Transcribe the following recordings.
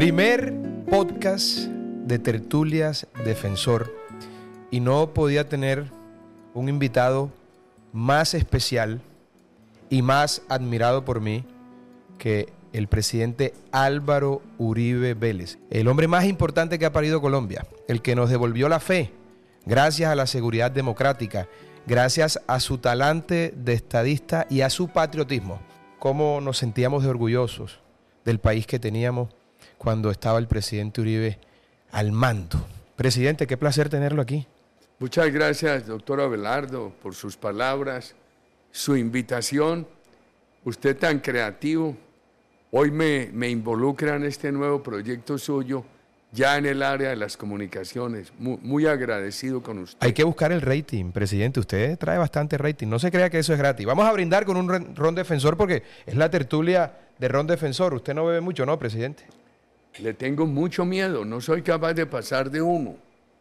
Primer podcast de Tertulias Defensor, y no podía tener un invitado más especial y más admirado por mí que el presidente Álvaro Uribe Vélez, el hombre más importante que ha parido Colombia, el que nos devolvió la fe gracias a la seguridad democrática, gracias a su talante de estadista y a su patriotismo. Cómo nos sentíamos de orgullosos del país que teníamos cuando estaba el presidente Uribe al mando. Presidente, qué placer tenerlo aquí. Muchas gracias, doctor Abelardo, por sus palabras, su invitación. Usted tan creativo. Hoy me involucra en este nuevo proyecto suyo, ya en el área de las comunicaciones. Muy agradecido con usted. Hay que buscar el rating, presidente. Usted trae bastante rating. No se crea que eso es gratis. Vamos a brindar con un ron defensor porque es la tertulia de ron defensor. Usted no bebe mucho, ¿no, presidente? Le tengo mucho miedo. No soy capaz de pasar de uno.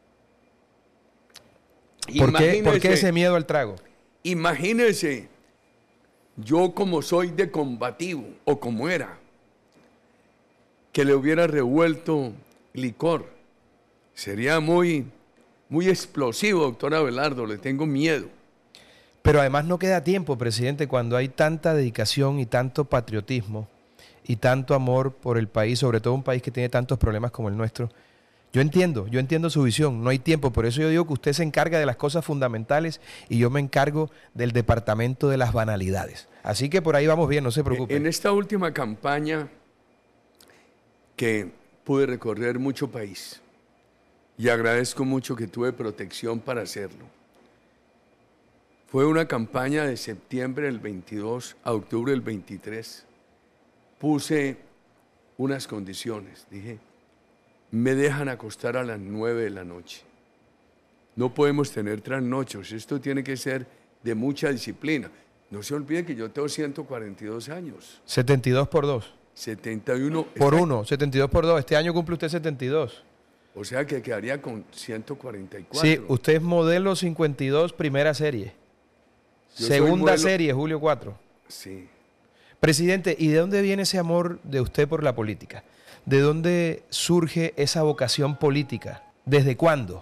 ¿Por qué ese miedo al trago? Imagínese, yo como soy de combativo, o como era, que le hubiera revuelto licor. Sería muy explosivo, doctor Abelardo, le tengo miedo. Pero además no queda tiempo, presidente, cuando hay tanta dedicación y tanto patriotismo y tanto amor por el país, sobre todo un país que tiene tantos problemas como el nuestro. Yo entiendo su visión, no hay tiempo, por eso yo digo que usted se encarga de las cosas fundamentales y yo me encargo del departamento de las banalidades. Así que por ahí vamos bien, no se preocupe. En esta última campaña que pude recorrer mucho país y agradezco mucho que tuve protección para hacerlo. Fue una campaña de septiembre del 22 a octubre del 23. Puse unas condiciones, dije, me dejan acostar a las 9 de la noche. No podemos tener trasnochos, esto tiene que ser de mucha disciplina. No se olvide que yo tengo 142 años. 72 por 2. 71. Por 1, 72 por 2. Este año cumple usted 72. O sea que quedaría con 144. Sí, usted es modelo 52, primera serie. Segunda serie, julio 4. Sí. Presidente, ¿y de dónde viene ese amor de usted por la política? ¿De dónde surge esa vocación política? ¿Desde cuándo?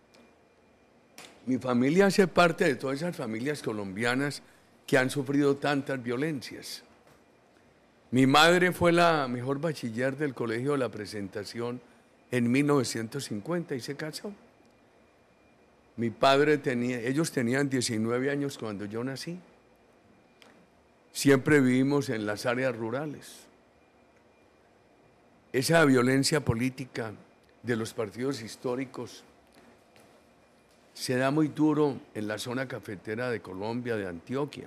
Mi familia hace parte de todas esas familias colombianas que han sufrido tantas violencias. Mi madre fue la mejor bachiller del Colegio de la Presentación en 1950 y se casó. Mi padre ellos tenían 19 años cuando yo nací. Siempre vivimos en las áreas rurales. Esa violencia política de los partidos históricos se da muy duro en la zona cafetera de Colombia, de Antioquia.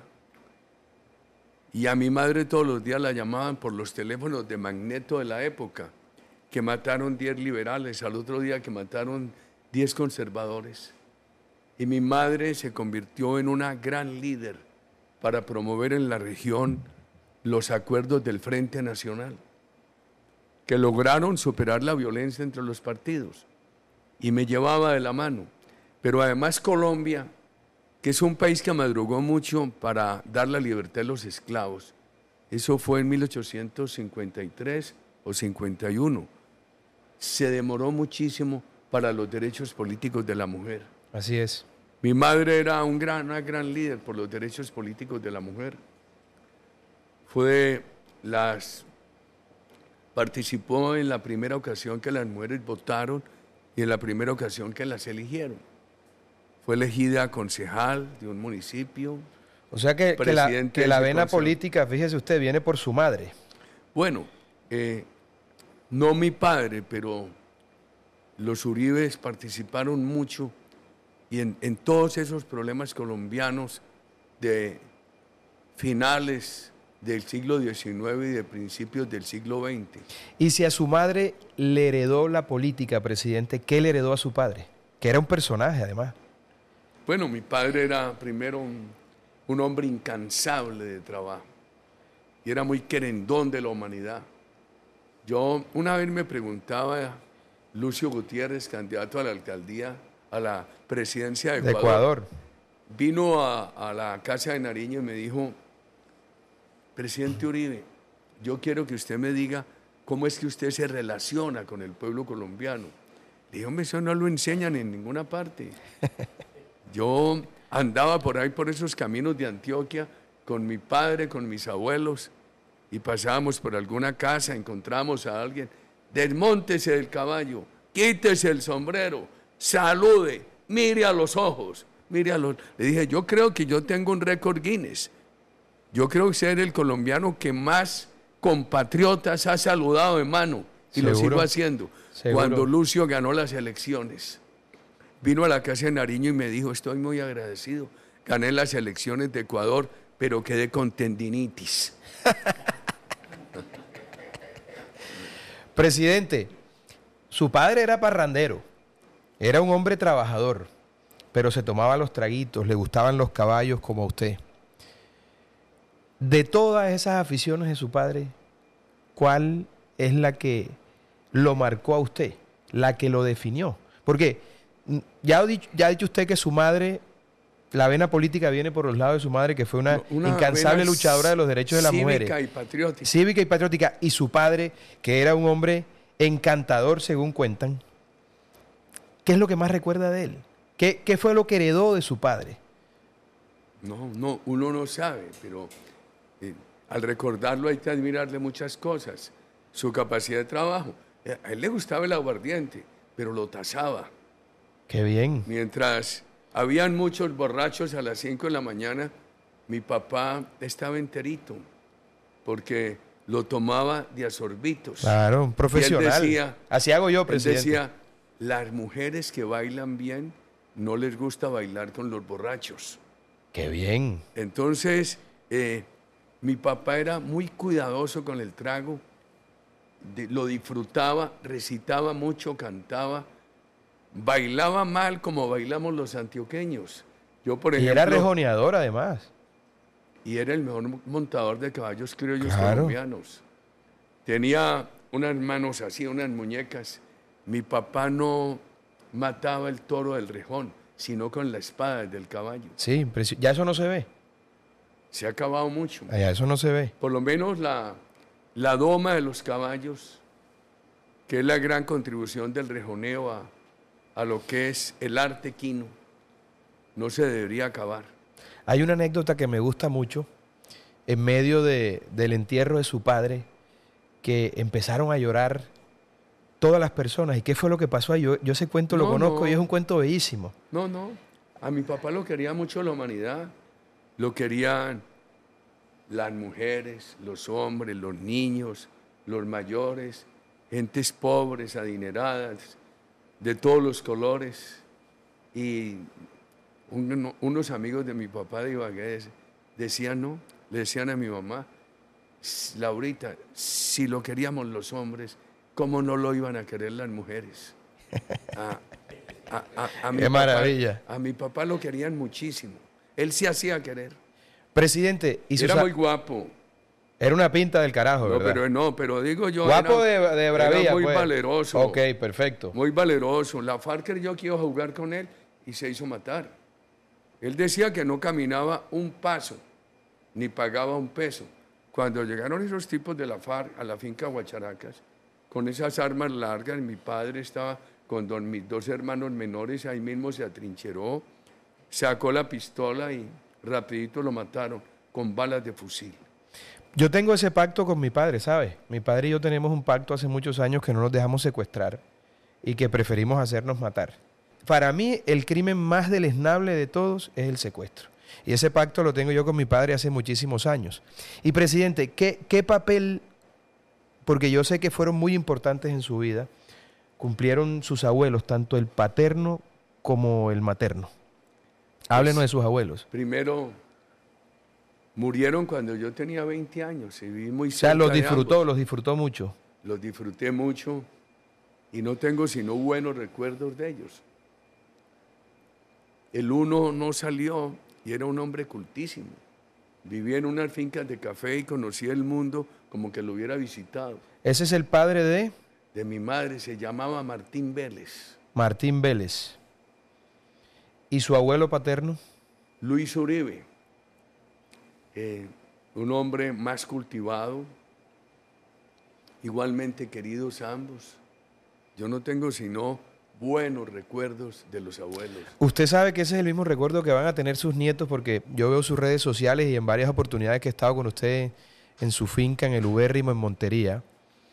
Y a mi madre todos los días la llamaban por los teléfonos de Magneto de la época, que mataron 10 liberales, al otro día que mataron 10 conservadores. Y mi madre se convirtió en una gran líder para promover en la región los acuerdos del Frente Nacional, que lograron superar la violencia entre los partidos. Y me llevaba de la mano. Pero además Colombia, que es un país que madrugó mucho para dar la libertad a los esclavos, eso fue en 1853 o 51, se demoró muchísimo para los derechos políticos de la mujer. Así es. Mi madre era una gran líder por los derechos políticos de la mujer. Participó en la primera ocasión que las mujeres votaron y en la primera ocasión que las eligieron. Fue elegida concejal de un municipio. O sea que la vena política, fíjese usted, viene por su madre. Bueno, no mi padre, pero los Uribes participaron mucho y en todos esos problemas colombianos de finales del siglo XIX y de principios del siglo XX. Y si a su madre le heredó la política, presidente, ¿qué le heredó a su padre? Que era un personaje, además. Bueno, mi padre era primero un hombre incansable de trabajo y era muy querendón de la humanidad. Yo una vez me preguntaba Lucio Gutiérrez, candidato a la alcaldía, a la presidencia de Ecuador. Vino a la Casa de Nariño y me dijo, presidente Uribe, yo quiero que usted me diga ¿cómo es que usted se relaciona con el pueblo colombiano? Le dije, hombre, eso no lo enseñan en ninguna parte. Yo andaba por ahí, por esos caminos de Antioquia, con mi padre, con mis abuelos, y pasábamos por alguna casa, encontramos a alguien, desmóntese del caballo, quítese el sombrero, salude, mire a los ojos, mire a los... Le dije, yo creo que yo tengo un récord Guinness. Yo creo ser el colombiano que más compatriotas ha saludado de mano, y lo sigo haciendo. ¿Seguro? Cuando Lucio ganó las elecciones, vino a la casa de Nariño y me dijo, estoy muy agradecido, gané las elecciones de Ecuador, pero quedé con tendinitis. Presidente, su padre era parrandero, era un hombre trabajador, pero se tomaba los traguitos, le gustaban los caballos como a usted. De todas esas aficiones de su padre, ¿cuál es la que lo marcó a usted, la que lo definió? Porque ya ha dicho usted que su madre, la vena política viene por los lados de su madre, que fue una incansable luchadora de los derechos de las mujeres. Cívica y patriótica. Cívica y patriótica. Y su padre, que era un hombre encantador, según cuentan. ¿Qué es lo que más recuerda de él? ¿Qué fue lo que heredó de su padre? No, uno no sabe, pero al recordarlo hay que admirarle muchas cosas. Su capacidad de trabajo. A él le gustaba el aguardiente, pero lo tasaba. ¡Qué bien! Mientras habían muchos borrachos a las 5 de la mañana, mi papá estaba enterito, porque lo tomaba de a sorbitos. Claro, un profesional. Y él decía, así hago yo, presidente. Él decía, las mujeres que bailan bien, no les gusta bailar con los borrachos. ¡Qué bien! Entonces, mi papá era muy cuidadoso con el trago, lo disfrutaba, recitaba mucho, cantaba, bailaba mal como bailamos los antioqueños. Yo, por ejemplo, y era rejoneador, además. Y era el mejor montador de caballos criollos colombianos. Tenía unas manos así, unas muñecas. Mi papá no mataba el toro del rejón, sino con la espada del caballo. Sí, ya eso no se ve. Se ha acabado mucho. Ya eso no se ve. Por lo menos la doma de los caballos, que es la gran contribución del rejoneo a lo que es el arte equino, no se debería acabar. Hay una anécdota que me gusta mucho, en medio del entierro de su padre, que empezaron a llorar todas las personas. ¿Y qué fue lo que pasó ahí? Yo ese cuento lo conozco y es un cuento bellísimo. No, a mi papá lo quería mucho la humanidad, lo querían las mujeres, los hombres, los niños, los mayores, gentes pobres, adineradas, de todos los colores. Y unos amigos de mi papá de Ibagué decían, le decían a mi mamá, Laurita, si lo queríamos los hombres, ¿cómo no lo iban a querer las mujeres? ¡Qué maravilla! A mi papá lo querían muchísimo. Él se hacía querer. Presidente, era muy guapo. Era una pinta del carajo, ¿verdad? Pero digo yo. Guapo de bravía. Era muy pues. valeroso. Ok, perfecto. Muy valeroso. La FARC yo quiero jugar con él y se hizo matar. Él decía que no caminaba un paso, ni pagaba un peso. Cuando llegaron esos tipos de la FARC a la finca Guacharacas, con esas armas largas, mi padre estaba con mis dos hermanos menores, ahí mismo se atrincheró, sacó la pistola y rapidito lo mataron con balas de fusil. Yo tengo ese pacto con mi padre, ¿sabes? Mi padre y yo tenemos un pacto hace muchos años que no nos dejamos secuestrar y que preferimos hacernos matar. Para mí, el crimen más deleznable de todos es el secuestro. Y ese pacto lo tengo yo con mi padre hace muchísimos años. Y, presidente, ¿qué papel, porque yo sé que fueron muy importantes en su vida, cumplieron sus abuelos, tanto el paterno como el materno? Háblenos de sus abuelos. Primero, murieron cuando yo tenía 20 años y viví muy cerca. O sea, los disfrutó mucho. Los disfruté mucho y no tengo sino buenos recuerdos de ellos. El uno no salió y era un hombre cultísimo. Vivía en unas fincas de café y conocía el mundo como que lo hubiera visitado. ¿Ese es el padre de? De mi madre, se llamaba Martín Vélez. Martín Vélez. ¿Y su abuelo paterno? Luis Uribe, un hombre más cultivado, Igualmente, queridos ambos, yo no tengo sino buenos recuerdos de los abuelos. Usted sabe que ese es el mismo recuerdo que van a tener sus nietos, porque yo veo sus redes sociales y en varias oportunidades que he estado con usted en su finca, en el Ubérrimo, en Montería,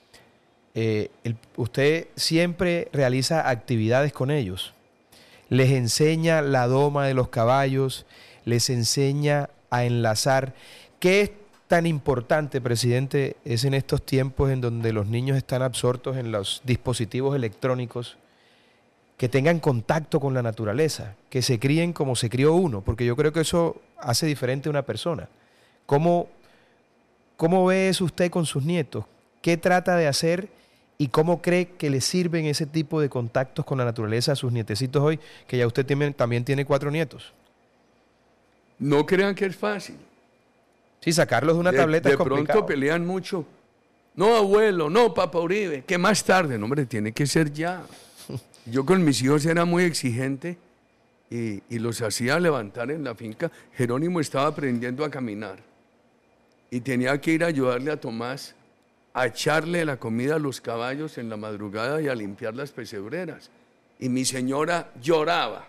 usted siempre realiza actividades con ellos. Les enseña la doma de los caballos, les enseña a enlazar. ¿Qué es tan importante, presidente, es en estos tiempos en donde los niños están absortos en los dispositivos electrónicos, que tengan contacto con la naturaleza, que se críen como se crió uno? Porque yo creo que eso hace diferente a una persona. ¿Cómo ve eso usted con sus nietos? ¿Qué trata de hacer y cómo cree que le sirven ese tipo de contactos con la naturaleza a sus nietecitos hoy, que ya usted también tiene 4 nietos? No crean que es fácil. Sí, sacarlos de una tableta es complicado. De pronto pelean mucho. No, abuelo, no, papá Uribe, que más tarde. No, hombre, tiene que ser ya. Yo con mis hijos era muy exigente y los hacía levantar en la finca. Jerónimo estaba aprendiendo a caminar y tenía que ir a ayudarle a Tomás a echarle la comida a los caballos en la madrugada y a limpiar las pesebreras. Y mi señora lloraba.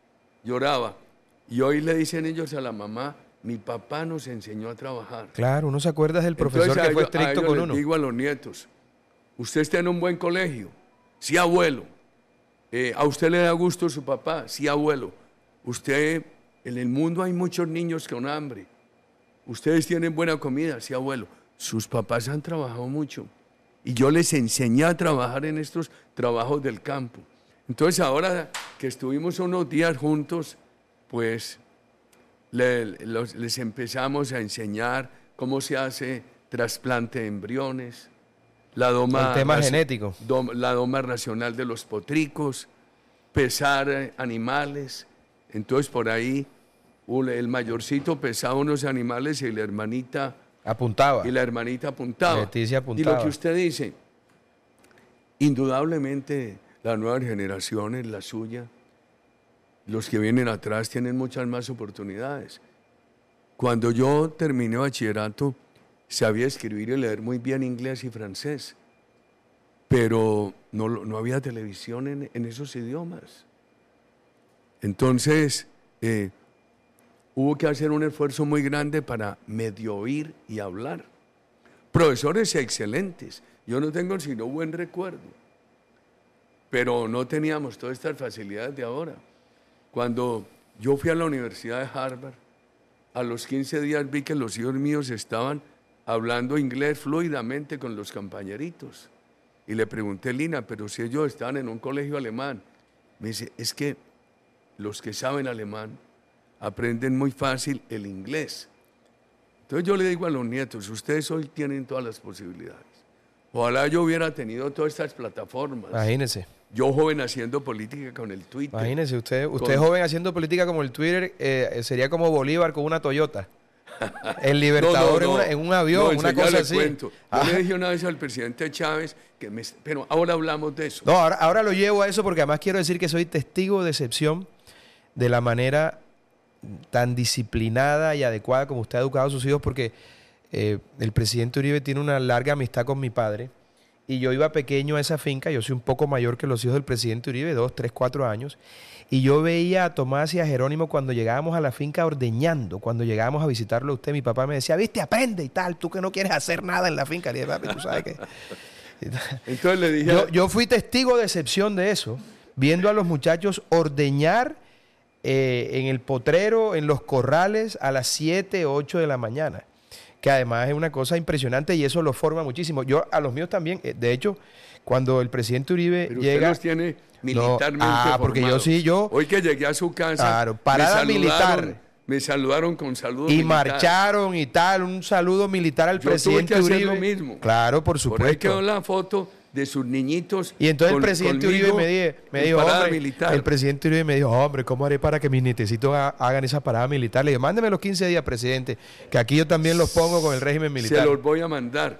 Y hoy le dicen ellos a la mamá: mi papá nos enseñó a trabajar. Claro, uno se acuerda del profesor. Entonces, que fue estricto con uno. Les digo a los nietos: usted está en un buen colegio. Sí, abuelo. ¿A usted le da gusto su papá? Sí, abuelo. En el mundo hay muchos niños con hambre. ¿Ustedes tienen buena comida? Sí, abuelo. Sus papás han trabajado mucho y yo les enseñé a trabajar en estos trabajos del campo. Entonces, ahora que estuvimos unos días juntos, pues les empezamos a enseñar cómo se hace trasplante de embriones, el tema genético, la doma racional de los potricos, pesar animales. Entonces, por ahí el mayorcito pesaba unos animales y la hermanita apuntaba. Leticia apuntaba. Y lo que usted dice, indudablemente las nuevas generaciones, la suya, los que vienen atrás tienen muchas más oportunidades. Cuando yo terminé bachillerato, sabía escribir y leer muy bien inglés y francés, pero no había televisión en esos idiomas. Entonces, hubo que hacer un esfuerzo muy grande para medio oír y hablar. Profesores excelentes, yo no tengo sino buen recuerdo, pero no teníamos todas estas facilidades de ahora. Cuando yo fui a la Universidad de Harvard, a los 15 días vi que los hijos míos estaban hablando inglés fluidamente con los compañeritos. Y le pregunté: Lina, pero si ellos estaban en un colegio alemán. Me dice: es que los que saben alemán aprenden muy fácil el inglés. Entonces yo le digo a los nietos: ustedes hoy tienen todas las posibilidades. Ojalá yo hubiera tenido todas estas plataformas. Imagínese. Yo joven haciendo política con el Twitter. Imagínese, usted joven haciendo política como el Twitter, sería como Bolívar con una Toyota. El Libertador en un avión, una cosa así. Cuento. Yo le dije una vez al presidente Chávez pero ahora hablamos de eso. No, ahora lo llevo a eso porque además quiero decir que soy testigo de excepción de la manera tan disciplinada y adecuada como usted ha educado a sus hijos, porque el presidente Uribe tiene una larga amistad con mi padre y yo iba pequeño a esa finca. Yo soy un poco mayor que los hijos del presidente Uribe, 2, 3, 4 años, y yo veía a Tomás y a Jerónimo cuando llegábamos a la finca ordeñando. Cuando llegábamos a visitarlo a usted, mi papá me decía: viste, aprende y tal, tú que no quieres hacer nada en la finca. Le dije: papi, tú sabes que... Entonces le dije... Yo fui testigo de excepción de eso, viendo a los muchachos ordeñar en el potrero, en los corrales, a las 7, 8 de la mañana, que además es una cosa impresionante y eso lo forma muchísimo. Yo a los míos también, de hecho, cuando el presidente Uribe pero llega... usted los tiene militarmente formados. Porque yo... Hoy que llegué a su casa... Claro, parada militar. Me saludaron con saludo y militar. marcharon y tal, un saludo militar al presidente Uribe. Yo tuve que hacer lo mismo. Claro, por supuesto. Por ahí quedó la foto de sus niñitos. Y entonces el presidente Uribe me dijo, hombre, militar. El presidente Uribe me dijo: hombre, ¿cómo haré para que mis nietecitos hagan esa parada militar? Le dije: mándeme los 15 días, presidente, que aquí yo también los pongo con el régimen militar. Se los voy a mandar.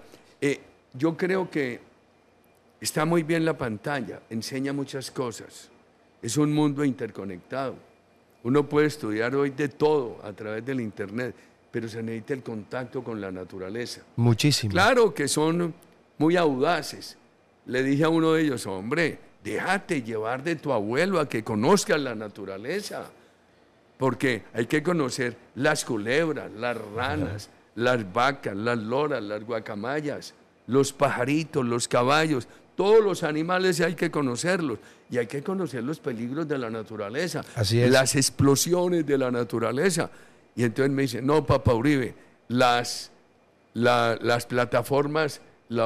Yo creo que está muy bien la pantalla, enseña muchas cosas. Es un mundo interconectado. Uno puede estudiar hoy de todo a través del internet, pero se necesita el contacto con la naturaleza. Muchísimo. Claro que son muy audaces. Le dije a uno de ellos, hombre, déjate llevar de tu abuelo a que conozcas la naturaleza, porque hay que conocer las culebras, las ranas, las vacas, las loras, las guacamayas, los pajaritos, los caballos, todos los animales hay que conocerlos y hay que conocer los peligros de la naturaleza, Así es. las explosiones de la naturaleza. Y entonces me dice, no, papá Uribe, las plataformas,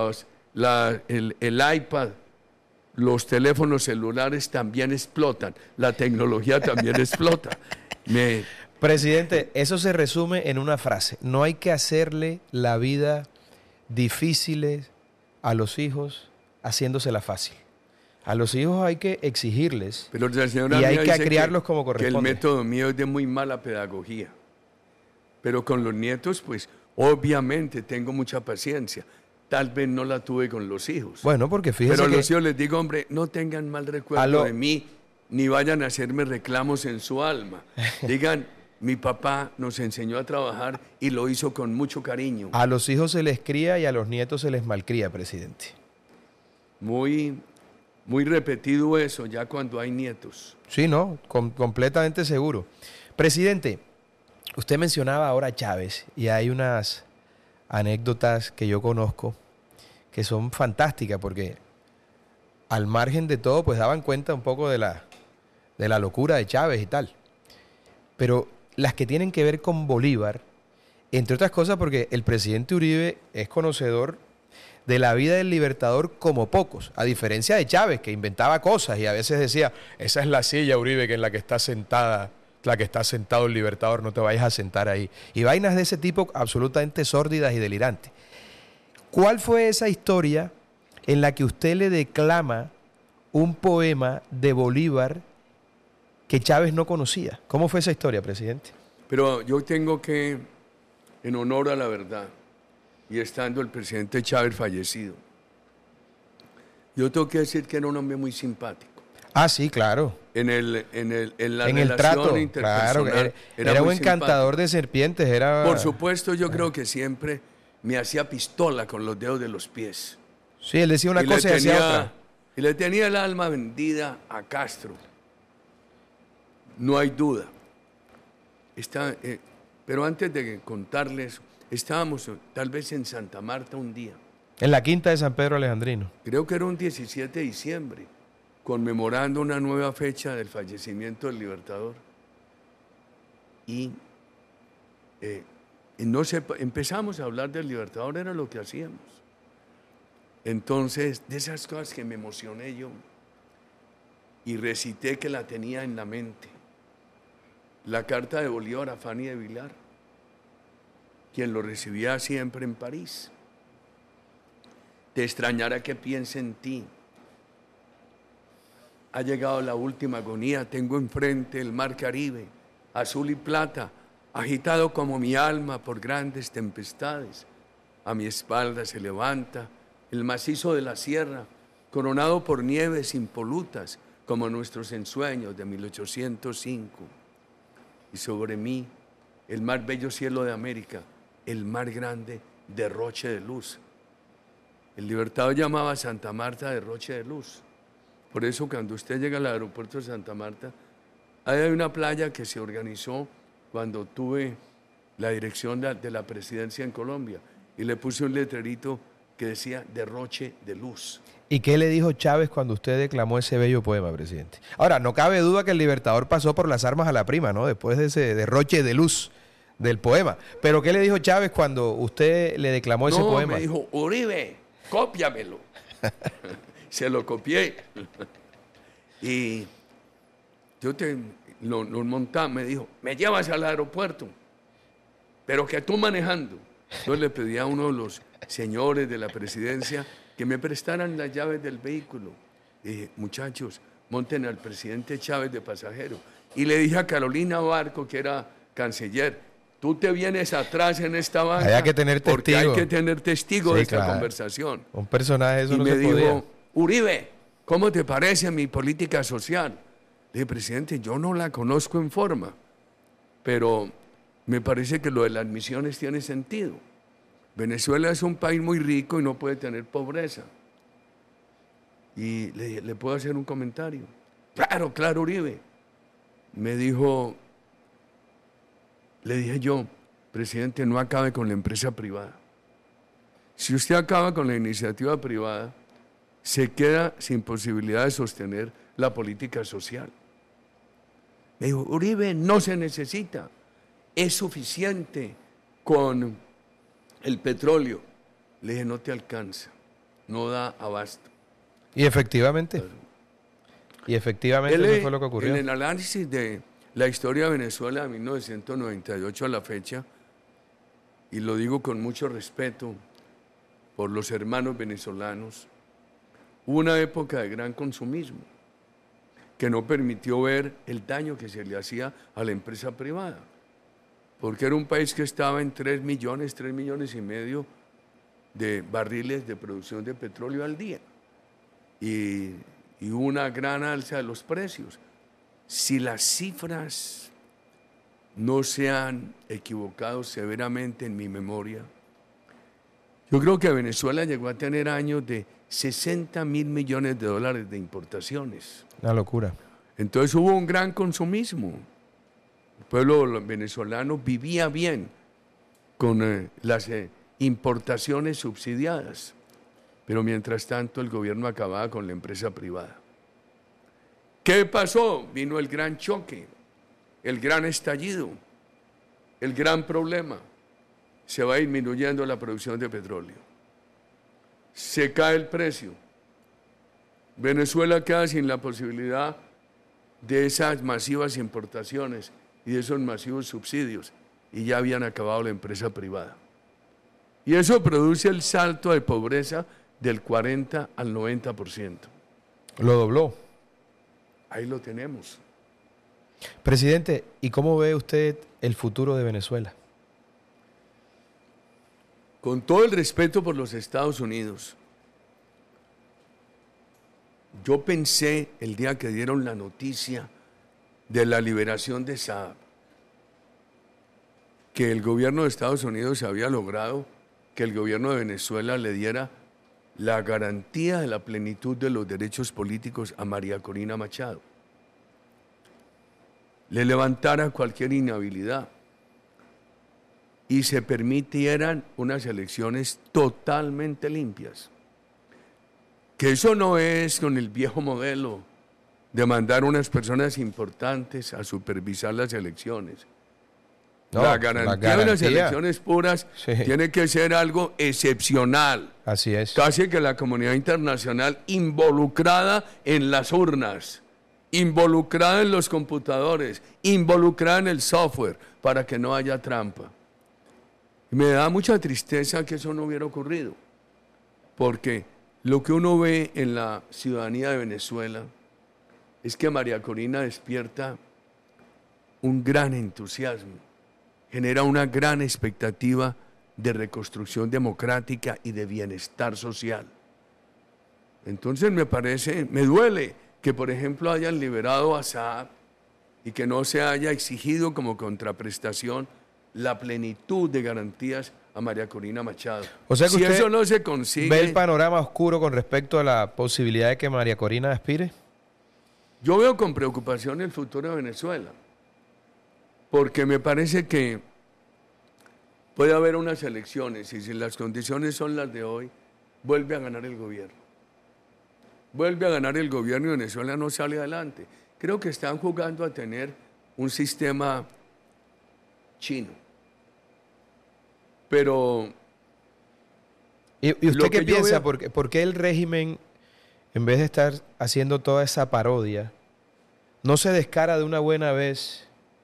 el iPad, los teléfonos celulares también explotan, la tecnología también explota. Presidente, eso se resume en una frase. No hay que hacerle la vida difícil a los hijos haciéndosela fácil. A los hijos hay que exigirles Pero la señora y hay mía que dice criarlos como que el corresponde. método mío es de muy mala pedagogía. Pero con los nietos, pues, obviamente tengo mucha paciencia. Tal vez no la tuve con los hijos. Bueno, porque fíjese Pero a que los hijos les digo, hombre, no tengan mal recuerdo de mí, ni vayan a hacerme reclamos en su alma. Digan, mi papá nos enseñó a trabajar y lo hizo con mucho cariño. a los hijos se les cría y a los nietos se les malcría, presidente. Muy, muy repetido eso ya cuando hay nietos. Sí, no, completamente seguro. Presidente, usted mencionaba ahora a Chávez y hay unas anécdotas que yo conozco que son fantásticas porque al margen de todo pues daban cuenta un poco de la locura de Chávez y tal. Pero las que tienen que ver con Bolívar, entre otras cosas porque el presidente Uribe es conocedor de la vida del Libertador como pocos, a diferencia de Chávez, que inventaba cosas y a veces decía, esa es la silla, Uribe, que en la que está sentada, la que está sentado el Libertador, no te vayas a sentar ahí. Y vainas de ese tipo absolutamente sórdidas y delirantes. ¿Cuál fue esa historia en la que usted le declama un poema de Bolívar que Chávez no conocía? ¿Cómo fue esa historia, presidente? Pero yo tengo que, en honor a la verdad, y estando el presidente Chávez fallecido, yo tengo que decir que era un hombre muy simpático. Ah, sí, claro. En la En el relación trato, interpersonal, claro. Era muy un encantador simpático. de serpientes. Era... Por supuesto, yo creo que siempre me hacía pistola con los dedos de los pies. Sí, él decía una Y cosa y hacía otra. Y le tenía el alma vendida a Castro. No hay duda. Pero antes de contarles, estábamos tal vez en Santa Marta un día. En la quinta de San Pedro Alejandrino. Creo que era un 17 de diciembre, conmemorando una nueva fecha del fallecimiento del Libertador. Y empezamos a hablar del Libertador, era lo que hacíamos. Entonces, de esas cosas que me emocioné yo y recité que la tenía en la mente. La carta de Bolívar a Fanny de Vilar, quien lo recibía siempre en París. Te extrañará que piense en ti. Ha llegado la última agonía, tengo enfrente el mar Caribe, azul y plata, agitado como mi alma por grandes tempestades. A mi espalda se levanta el macizo de la sierra, coronado por nieves impolutas, como nuestros ensueños de 1805. Y sobre mí, el más bello cielo de América, el más grande derroche de luz. El Libertador llamaba a Santa Marta derroche de luz. Por eso cuando usted llega al aeropuerto de Santa Marta, hay una playa que se organizó cuando tuve la dirección de la presidencia en Colombia y le puse un letrerito que decía derroche de luz. ¿Y qué le dijo Chávez cuando usted declamó ese bello poema, presidente? Ahora, no cabe duda que el Libertador pasó por las armas a la prima, ¿no? Después de ese derroche de luz del poema. Pero ¿qué le dijo Chávez cuando usted le declamó ese poema? Me dijo, Uribe, cópiamelo. Se lo copié. Y yo nos montamos, me dijo, me llevas al aeropuerto, pero que tú manejando. Yo le pedí a uno de los señores de la presidencia que me prestaran las llaves del vehículo. Dije, muchachos, monten al presidente Chávez de pasajero. Y le dije a Carolina Barco, que era canciller, tú te vienes atrás en esta banca. Hay que tener testigo. Porque hay que tener testigo de esta claro. Conversación. Un personaje, eso y no me se dijo, podía. Uribe, ¿cómo te parece mi política social? Le dije, presidente, yo no la conozco en forma, pero me parece que lo de las misiones tiene sentido. Venezuela es un país muy rico y no puede tener pobreza. Y le puedo hacer un comentario. Claro, claro, Uribe. Me dijo, le dije yo, presidente, no acabe con la empresa privada. Si usted acaba con la iniciativa privada, se queda sin posibilidad de sostener la política social. Me dijo, Uribe, no se necesita, es suficiente con el petróleo. Le dije, no te alcanza, no da abasto. Y efectivamente, eso fue lo que ocurrió. En el análisis de la historia de Venezuela de 1998 a la fecha, y lo digo con mucho respeto por los hermanos venezolanos, hubo una época de gran consumismo que no permitió ver el daño que se le hacía a la empresa privada, porque era un país que estaba en 3 millones y medio de barriles de producción de petróleo al día, y hubo una gran alza de los precios. Si las cifras no se han equivocado severamente en mi memoria, yo creo que Venezuela llegó a tener años de 60.000 millones de dólares de importaciones. Una locura. Entonces hubo un gran consumismo. El pueblo venezolano vivía bien con las importaciones subsidiadas, pero mientras tanto el gobierno acababa con la empresa privada. ¿Qué pasó? Vino el gran choque, el gran estallido, el gran problema. Se va disminuyendo la producción de petróleo. Se cae el precio. Venezuela queda sin la posibilidad de esas masivas importaciones y de esos masivos subsidios, y ya habían acabado la empresa privada. Y eso produce el salto de pobreza del 40 al 90%. Lo dobló. Ahí lo tenemos. Presidente, ¿y cómo ve usted el futuro de Venezuela? Con todo el respeto por los Estados Unidos, yo pensé el día que dieron la noticia de la liberación de Saab, que el gobierno de Estados Unidos había logrado que el gobierno de Venezuela le diera la garantía de la plenitud de los derechos políticos a María Corina Machado, le levantara cualquier inhabilidad y se permitieran unas elecciones totalmente limpias. Que eso no es con el viejo modelo de mandar unas personas importantes a supervisar las elecciones. No, la garantía de las elecciones puras tiene que ser algo excepcional. Así es. Casi que la comunidad internacional involucrada en las urnas, involucrada en los computadores, involucrada en el software, para que no haya trampa. Y me da mucha tristeza que eso no hubiera ocurrido, porque lo que uno ve en la ciudadanía de Venezuela es que María Corina despierta un gran entusiasmo, genera una gran expectativa de reconstrucción democrática y de bienestar social. Entonces me duele que, por ejemplo, hayan liberado a Saab y que no se haya exigido como contraprestación la plenitud de garantías a María Corina Machado. O sea que si usted eso no se consigue, ¿ve el panorama oscuro con respecto a la posibilidad de que María Corina aspire? Yo veo con preocupación el futuro de Venezuela, porque me parece que puede haber unas elecciones y si las condiciones son las de hoy, vuelve a ganar el gobierno. Vuelve a ganar el gobierno y Venezuela no sale adelante. Creo que están jugando a tener un sistema chino. Pero... ¿Y usted qué piensa? ¿Por qué el régimen, en vez de estar haciendo toda esa parodia, no se descara de una buena vez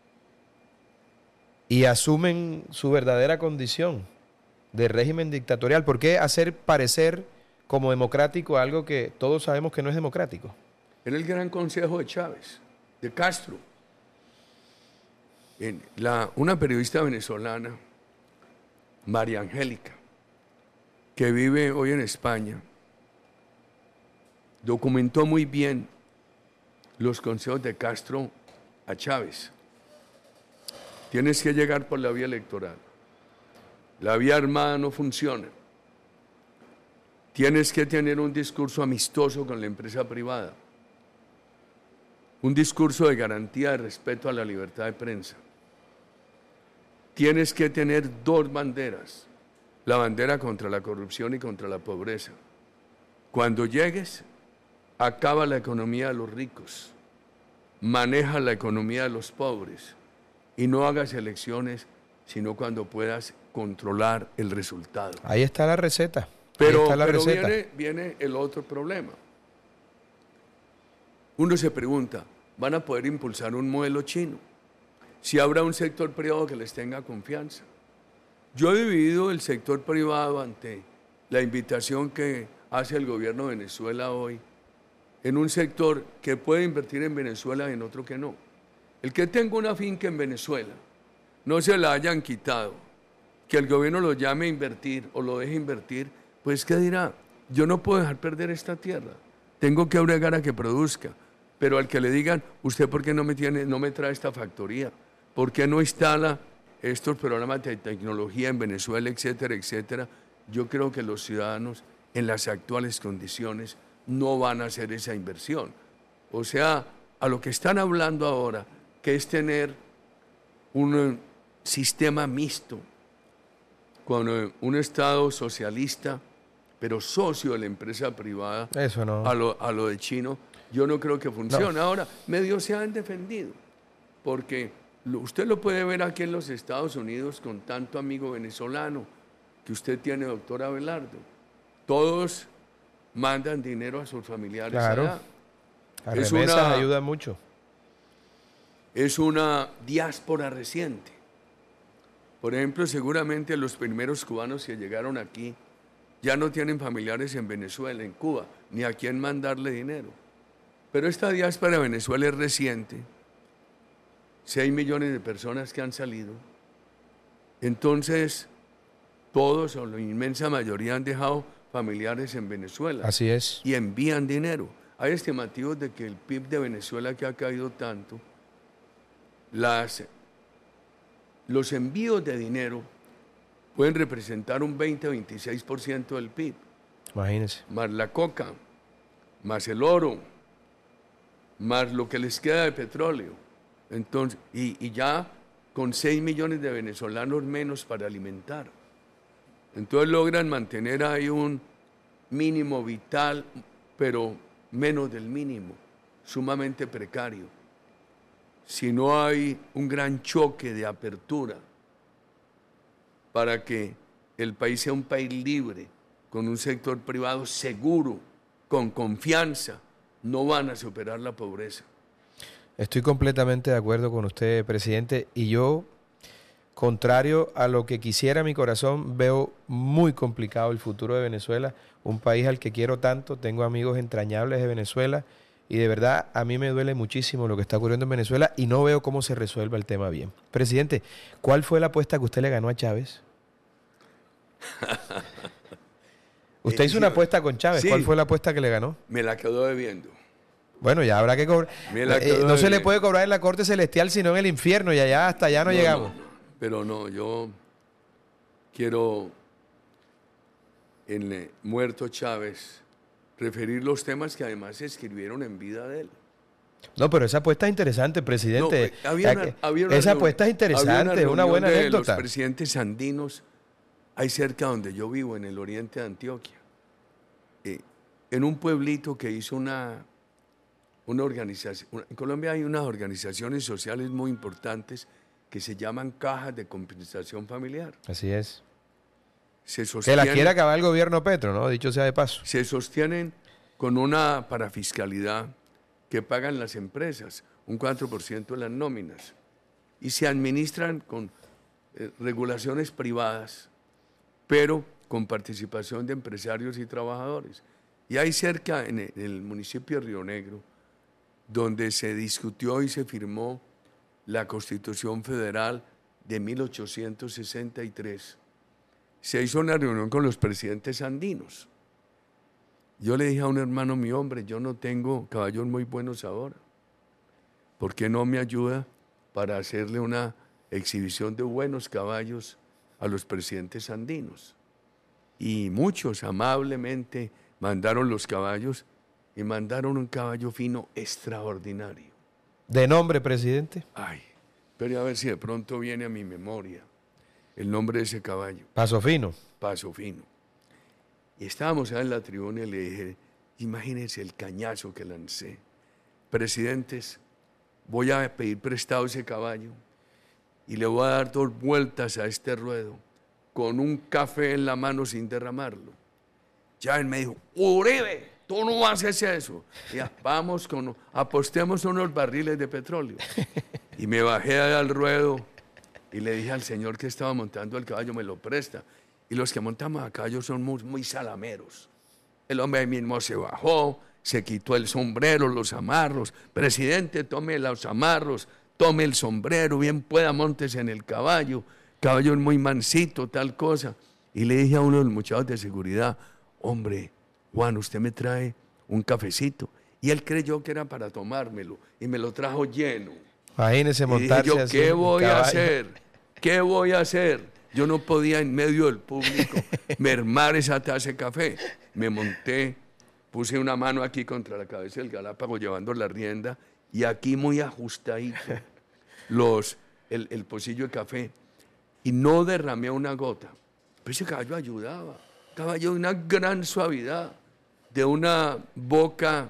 y asumen su verdadera condición de régimen dictatorial? ¿Por qué hacer parecer como democrático algo que todos sabemos que no es democrático? Era el gran consejo de Chávez, de Castro. Una periodista venezolana, María Angélica, que vive hoy en España, documentó muy bien los consejos de Castro a Chávez. Tienes que llegar por la vía electoral. La vía armada no funciona. Tienes que tener un discurso amistoso con la empresa privada. Un discurso de garantía de respeto a la libertad de prensa. Tienes que tener dos banderas. La bandera contra la corrupción y contra la pobreza. Cuando llegues, acaba la economía de los ricos. Maneja la economía de los pobres. Y no hagas elecciones, sino cuando puedas controlar el resultado. Ahí está la receta. Pero viene el otro problema. Uno se pregunta, ¿van a poder impulsar un modelo chino? Si habrá un sector privado que les tenga confianza. Yo he dividido el sector privado ante la invitación que hace el gobierno de Venezuela hoy en un sector que puede invertir en Venezuela y en otro que no. El que tenga una finca en Venezuela, no se la hayan quitado, que el gobierno lo llame a invertir o lo deje invertir, pues ¿qué dirá? Yo no puedo dejar perder esta tierra, tengo que obligar a que produzca, pero al que le digan, ¿usted por qué no me trae esta factoría? ¿Por qué no instala estos programas de tecnología en Venezuela, etcétera, etcétera? Yo creo que los ciudadanos en las actuales condiciones no van a hacer esa inversión. O sea, a lo que están hablando ahora, que es tener un sistema mixto con un Estado socialista, pero socio de la empresa privada, eso no. a lo de chino, yo no creo que funcione. No. Ahora, medios se han defendido, porque usted lo puede ver aquí en los Estados Unidos con tanto amigo venezolano que usted tiene, doctor Abelardo. Todos mandan dinero a sus familiares claro. allá. Las remesas ayudan mucho. Es una diáspora reciente. Por ejemplo, seguramente los primeros cubanos que llegaron aquí ya no tienen familiares en Venezuela, en Cuba, ni a quién mandarle dinero. Pero esta diáspora de Venezuela es reciente. 6 millones de personas que han salido. Entonces, todos o la inmensa mayoría han dejado familiares en Venezuela. Así es. Y envían dinero. Hay estimativos de que el PIB de Venezuela, que ha caído tanto, los envíos de dinero pueden representar un 20-26% del PIB. Imagínense. Más la coca, más el oro, más lo que les queda de petróleo. Entonces, y ya con 6 millones de venezolanos menos para alimentar. Entonces logran mantener ahí un mínimo vital, pero menos del mínimo, sumamente precario. Si no hay un gran choque de apertura para que el país sea un país libre, con un sector privado seguro, con confianza, no van a superar la pobreza. Estoy completamente de acuerdo con usted, presidente, y yo, contrario a lo que quisiera mi corazón, veo muy complicado el futuro de Venezuela, un país al que quiero tanto, tengo amigos entrañables de Venezuela, y de verdad a mí me duele muchísimo lo que está ocurriendo en Venezuela y no veo cómo se resuelva el tema bien. Presidente, ¿cuál fue la apuesta que usted le ganó a Chávez? Usted hizo una apuesta con Chávez, sí. ¿Cuál fue la apuesta que le ganó? Me la quedó debiendo. Bueno, ya habrá que cobrar. No se le puede cobrar en la corte celestial, sino en el infierno, y allá hasta allá no llegamos. No. Pero no, yo quiero, en muerto Chávez, referir los temas que además se escribieron en vida de él. No, pero esa apuesta es interesante, presidente. No, esa apuesta es interesante, es una buena anécdota. Los presidentes andinos, hay cerca donde yo vivo, en el oriente de Antioquia, en un pueblito que hizo una organización. En Colombia hay unas organizaciones sociales muy importantes que se llaman cajas de compensación familiar. Así es. Que la quiere acabar el gobierno Petro, ¿no? Dicho sea de paso. Se sostienen con una parafiscalidad que pagan las empresas, un 4% de las nóminas, y se administran con regulaciones privadas, pero con participación de empresarios y trabajadores. Y hay cerca, en el municipio de Río Negro, donde se discutió y se firmó la Constitución Federal de 1863, se hizo una reunión con los presidentes andinos. Yo le dije a un hermano mío, hombre, yo no tengo caballos muy buenos ahora. ¿Por qué no me ayuda para hacerle una exhibición de buenos caballos a los presidentes andinos. Y muchos amablemente mandaron los caballos y mandaron un caballo fino extraordinario. ¿De nombre, presidente? Ay, pero a ver si de pronto viene a mi memoria el nombre de ese caballo. Paso Fino. Paso Fino. Y estábamos en la tribuna y le dije, imagínense el cañazo que lancé. Presidentes, voy a pedir prestado ese caballo y le voy a dar 2 vueltas a este ruedo con un café en la mano sin derramarlo. Ya él me dijo, Uribe, tú no haces eso. Y ya, vamos, apostemos unos barriles de petróleo. Y me bajé al ruedo y le dije al señor que estaba montando el caballo, me lo presta. Y los que montamos a caballo son muy salameros. El hombre ahí mismo se bajó, se quitó el sombrero, los amarros. Presidente, tome los amarros, tome el sombrero, bien pueda, móntese en el caballo. Caballo es muy mansito, tal cosa. Y le dije a uno de los muchachos de seguridad, hombre, Juan, usted me trae un cafecito. Y él creyó que era para tomármelo y me lo trajo lleno. Imagínese montarse y dije yo, así ¿qué en voy a caballo? hacer? ¿Qué voy a hacer? Yo no podía en medio del público mermar esa taza de café. Me monté, puse una mano aquí contra la cabeza del galápago llevando la rienda y aquí muy ajustadito el pocillo de café. Y no derramé una gota. Pero ese caballo ayudaba. Caballo de una gran suavidad, de una boca.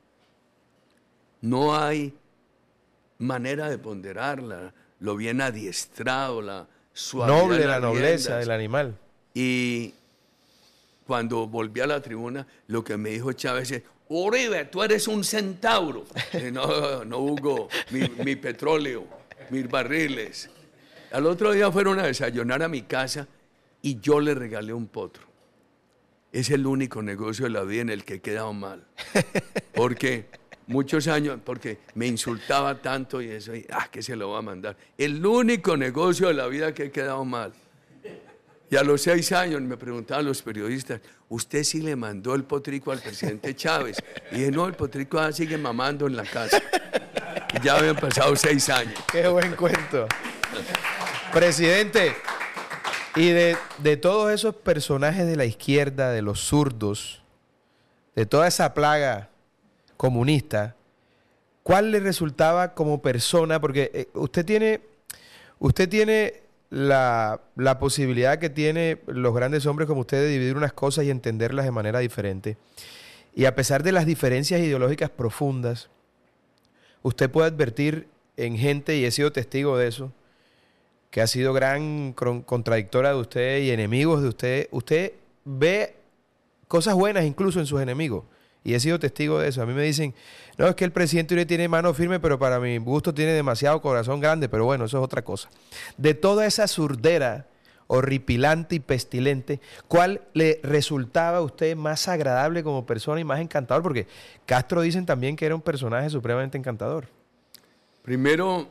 No hay manera de ponderarla, lo bien adiestrado, la suavidad. Noble de la las nobleza riendas. del animal. Y cuando volví a la tribuna, lo que me dijo Chávez es, Uribe, tú eres un centauro. No, Hugo, mi petróleo, mis barriles. Al otro día fueron a desayunar a mi casa y yo le regalé un potro. Es el único negocio de la vida en el que he quedado mal. Porque muchos años, porque me insultaba tanto y eso, que se lo va a mandar. El único negocio de la vida que he quedado mal. Y a los 6 años me preguntaban los periodistas, ¿usted sí le mandó el potrico al presidente Chávez? Y dije, no, el potrico sigue mamando en la casa. Y ya habían pasado 6 años. Qué buen cuento. Presidente, y de todos esos personajes de la izquierda, de los zurdos, de toda esa plaga comunista, ¿cuál le resultaba como persona? Porque usted tiene la posibilidad que tiene los grandes hombres como usted de dividir unas cosas y entenderlas de manera diferente. Y a pesar de las diferencias ideológicas profundas, usted puede advertir en gente, y he sido testigo de eso, que ha sido gran contradictora de usted y enemigos de usted. Usted ve cosas buenas incluso en sus enemigos. Y he sido testigo de eso. A mí me dicen, no, es que el presidente Uribe tiene mano firme, pero para mi gusto tiene demasiado corazón grande. Pero bueno, eso es otra cosa. De toda esa surdera horripilante y pestilente, ¿cuál le resultaba a usted más agradable como persona y más encantador? Porque Castro dicen también que era un personaje supremamente encantador. Primero,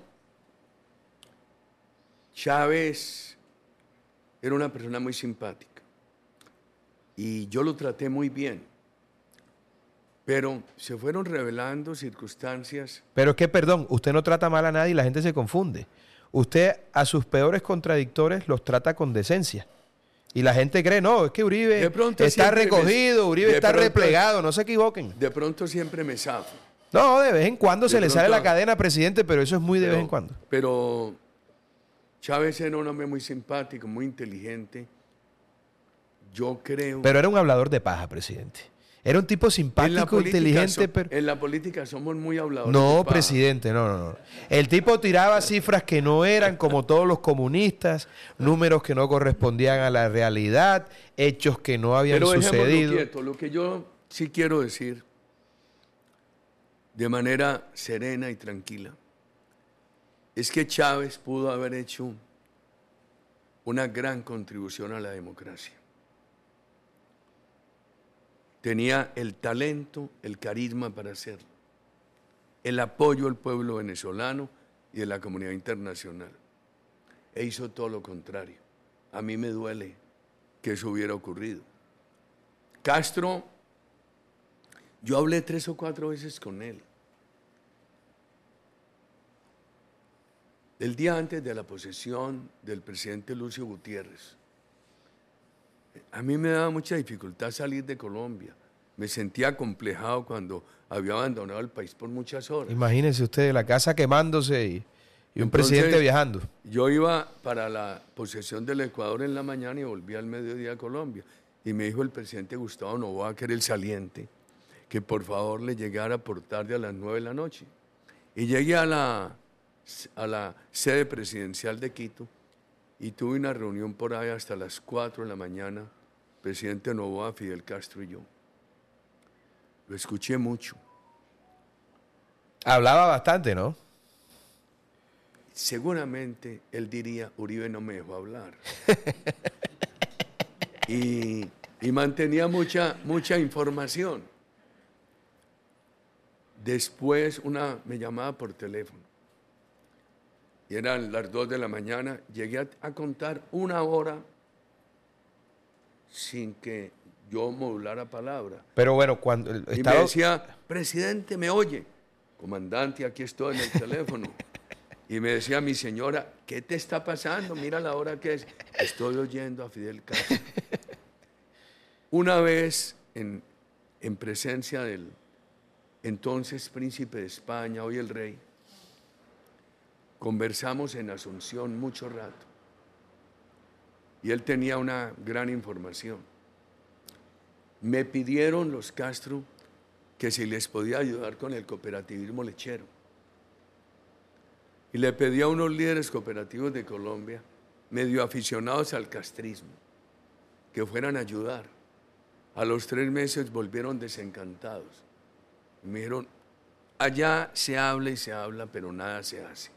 Chávez era una persona muy simpática y yo lo traté muy bien, pero se fueron revelando circunstancias. Pero es que, perdón, usted no trata mal a nadie y la gente se confunde. Usted a sus peores contradictores los trata con decencia. Y la gente cree, no, es que Uribe está recogido, Uribe está replegado, no se equivoquen. De pronto siempre me zafo. No, de vez en cuando se le sale la cadena, presidente, pero eso es muy de vez en cuando. Pero Chávez era un hombre muy simpático, muy inteligente. Yo creo... Pero era un hablador de paja, presidente. Era un tipo simpático, inteligente, pero... En la política somos muy habladores No, de paja. presidente, no. El tipo tiraba cifras que no eran como todos los comunistas, números que no correspondían a la realidad, hechos que no habían sucedido. Pero dejémoslo quieto. Lo que yo sí quiero decir, de manera serena y tranquila, es que Chávez pudo haber hecho una gran contribución a la democracia. Tenía el talento, el carisma para hacerlo, el apoyo del pueblo venezolano y de la comunidad internacional. E hizo todo lo contrario. A mí me duele que eso hubiera ocurrido. Castro, yo hablé 3 o 4 veces con él. el día antes de la posesión del presidente Lucio Gutiérrez. A mí me daba mucha dificultad salir de Colombia. Me sentía acomplejado cuando había abandonado el país por muchas horas. Imagínense usted, la casa quemándose y un Entonces, presidente viajando. Yo iba para la posesión del Ecuador en la mañana y volví al mediodía a Colombia. Y me dijo el presidente Gustavo Noboa, que era el saliente, que por favor le llegara por tarde a las 9 de la noche. Y llegué a la sede presidencial de Quito y tuve una reunión por ahí hasta las 4 de la mañana, presidente Noboa, Fidel Castro y yo. Lo escuché mucho. Hablaba bastante, ¿no? Seguramente él diría, Uribe no me dejó hablar. y mantenía mucha información. Después me llamaba por teléfono. Y eran las 2 de la mañana. Llegué a contar 1 hora sin que yo modulara palabra. Pero bueno, cuando Y me decía, presidente, ¿me oye? Comandante, aquí estoy en el teléfono. Y me decía mi señora, ¿qué te está pasando? Mira la hora que es. Estoy oyendo a Fidel Castro. Una vez, en presencia del entonces príncipe de España, hoy el rey, conversamos en Asunción mucho rato. Y él tenía una gran información. Me pidieron los Castro que si les podía ayudar con el cooperativismo lechero. Y le pedí a unos líderes cooperativos de Colombia, medio aficionados al castrismo, que fueran a ayudar. A los 3 meses volvieron desencantados. Y me dijeron, allá se habla y se habla, pero nada se hace.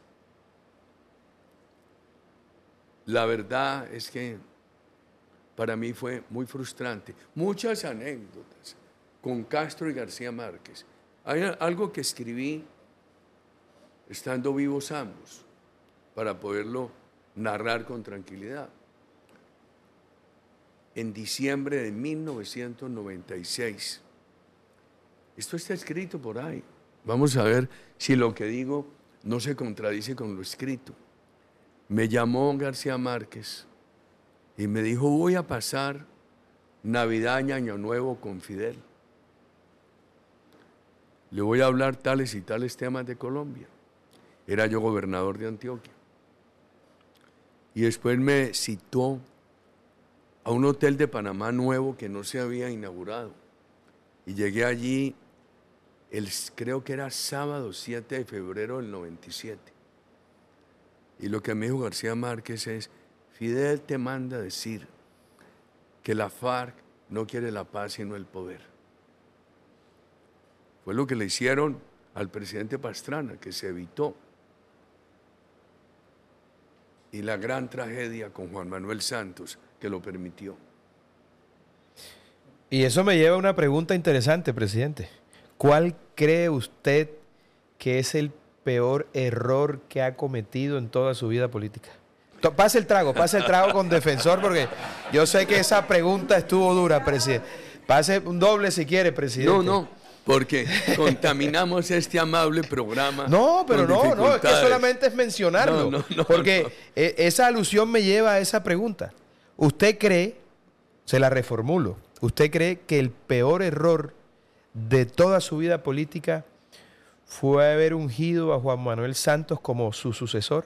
La verdad es que para mí fue muy frustrante. Muchas anécdotas con Castro y García Márquez. Hay algo que escribí estando vivos ambos, para poderlo narrar con tranquilidad. En diciembre de 1996. Esto está escrito por ahí. Vamos a ver si lo que digo no se contradice con lo escrito. Me llamó García Márquez y me dijo, voy a pasar Navidad y Año Nuevo con Fidel. Le voy a hablar tales y tales temas de Colombia. Era yo gobernador de Antioquia. Y después me citó a un hotel de Panamá nuevo que no se había inaugurado. Y llegué allí, creo que era sábado 7 de febrero del 97. Y lo que me dijo García Márquez es, Fidel te manda a decir que la FARC no quiere la paz sino el poder. Fue lo que le hicieron al presidente Pastrana, que se evitó. Y la gran tragedia con Juan Manuel Santos, que lo permitió. Y eso me lleva a una pregunta interesante, presidente. ¿Cuál cree usted que es el peor error que ha cometido en toda su vida política? Pase el trago con defensor, porque yo sé que esa pregunta estuvo dura, presidente. Pase un doble si quiere, presidente. No, porque contaminamos este amable programa. No, pero no, es que solamente es mencionarlo. No, porque esa alusión me lleva a esa pregunta. ¿Usted cree, se la reformulo, usted cree que el peor error de toda su vida política fue haber ungido a Juan Manuel Santos como su sucesor?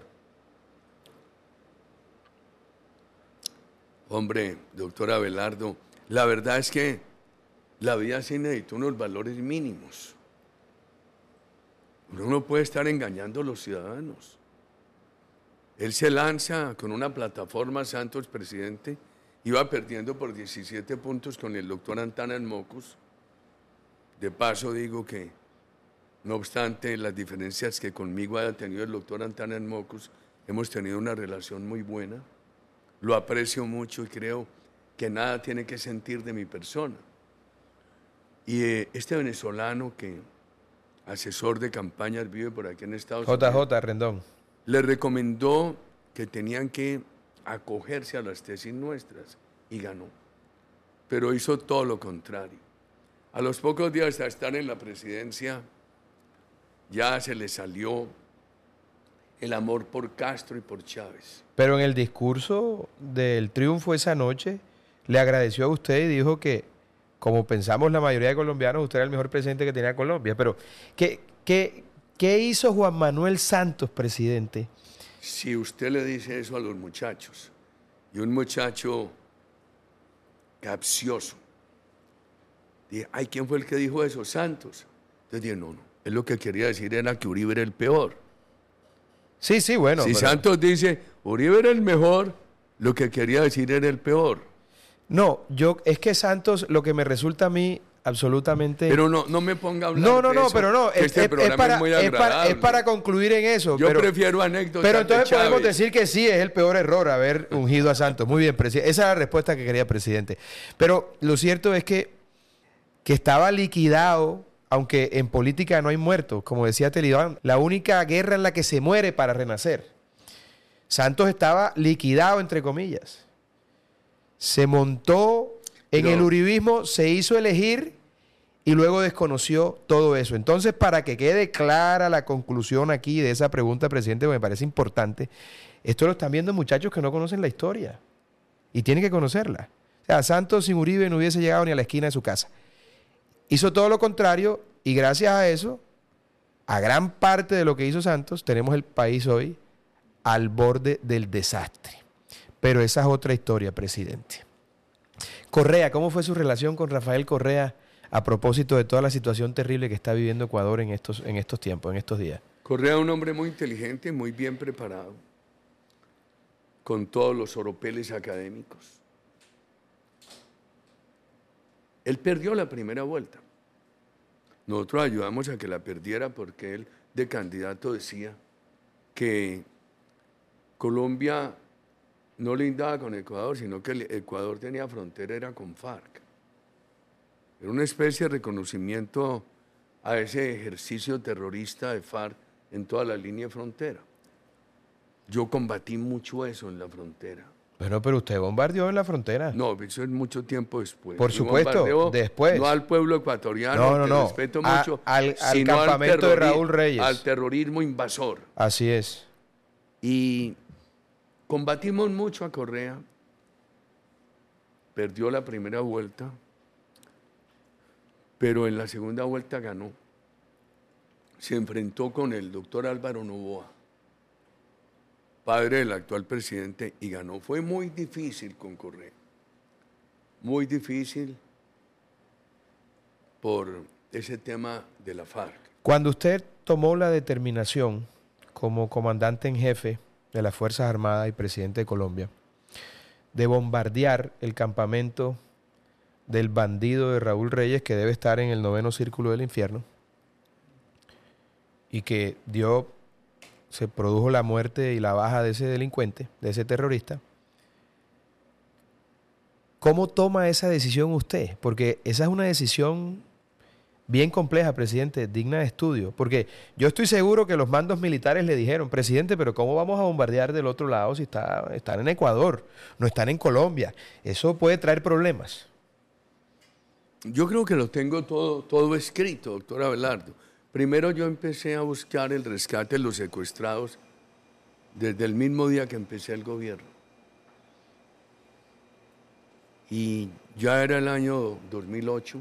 Hombre, doctor Abelardo, la verdad es que la vida se necesita unos valores mínimos. Uno no puede estar engañando a los ciudadanos. Él se lanza con una plataforma, Santos, presidente, iba perdiendo por 17 puntos con el doctor Antanas Mocus. De paso digo que, no obstante las diferencias que conmigo haya tenido el doctor Antanas Mocus, hemos tenido una relación muy buena. Lo aprecio mucho y creo que nada tiene que sentir de mi persona. Y este venezolano que, asesor de campañas, vive por aquí en Estados Unidos. JJ Rendón. Le recomendó que tenían que acogerse a las tesis nuestras y ganó. Pero hizo todo lo contrario. A los pocos días de estar en la presidencia, ya se le salió el amor por Castro y por Chávez. Pero en el discurso del triunfo esa noche, le agradeció a usted y dijo que, como pensamos la mayoría de colombianos, usted era el mejor presidente que tenía Colombia. Pero, ¿qué hizo Juan Manuel Santos, presidente? Si usted le dice eso a los muchachos, y un muchacho capcioso, dije, ay, ¿quién fue el que dijo eso? Santos. Entonces dije, no, él lo que quería decir era que Uribe era el peor. Sí, sí, bueno. Si Santos dice, Uribe era el mejor, lo que quería decir era el peor. No, es que Santos, lo que me resulta a mí absolutamente... Pero no me ponga a hablar No, de eso, pero no, que este programa es muy agradable. es para concluir en eso. Yo prefiero anécdotas Pero entonces de Chávez. podemos decir que sí, es el peor error haber ungido a Santos. Muy bien, presidente. Esa es la respuesta que quería, presidente. Pero lo cierto es que estaba liquidado, aunque en política no hay muertos. Como decía Telidón, la única guerra en la que se muere para renacer. Santos estaba liquidado, entre comillas. Se montó en el uribismo, se hizo elegir y luego desconoció todo eso. Entonces, para que quede clara la conclusión aquí de esa pregunta, presidente, me parece importante, esto lo están viendo muchachos que no conocen la historia y tienen que conocerla. O sea, Santos sin Uribe no hubiese llegado ni a la esquina de su casa. Hizo todo lo contrario y gracias a eso, a gran parte de lo que hizo Santos, tenemos el país hoy al borde del desastre. Pero esa es otra historia, presidente. Correa, ¿cómo fue su relación con Rafael Correa a propósito de toda la situación terrible que está viviendo Ecuador en estos tiempos, en estos días? Correa es un hombre muy inteligente, muy bien preparado, con todos los oropeles académicos. Él perdió la primera vuelta. Nosotros ayudamos a que la perdiera porque él de candidato decía que Colombia no lindaba con Ecuador, sino que el Ecuador tenía frontera, era con FARC. Era una especie de reconocimiento a ese ejercicio terrorista de FARC en toda la línea de frontera. Yo combatí mucho eso en la frontera. Bueno, pero usted bombardeó en la frontera. No, eso es mucho tiempo después. Por supuesto, después. No al pueblo ecuatoriano, que respeto mucho, al sino campamento de Raúl Reyes. Al terrorismo invasor. Así es. Y combatimos mucho a Correa. Perdió la primera vuelta, pero en la segunda vuelta ganó. Se enfrentó con el doctor Álvaro Noboa, padre del actual presidente, y ganó. Fue muy difícil con Correa, muy difícil por ese tema de la FARC. Cuando usted tomó la determinación como comandante en jefe de las Fuerzas Armadas y presidente de Colombia, de bombardear el campamento del bandido de Raúl Reyes, que debe estar en el 9º círculo del infierno, y que se produjo la muerte y la baja de ese delincuente, de ese terrorista. ¿Cómo toma esa decisión usted? Porque esa es una decisión bien compleja, presidente, digna de estudio. Porque yo estoy seguro que los mandos militares le dijeron, presidente, pero ¿cómo vamos a bombardear del otro lado si están en Ecuador, no están en Colombia? Eso puede traer problemas. Yo creo que lo tengo todo escrito, doctor Abelardo. Primero yo empecé a buscar el rescate de los secuestrados desde el mismo día que empecé el gobierno. Y ya era el año 2008.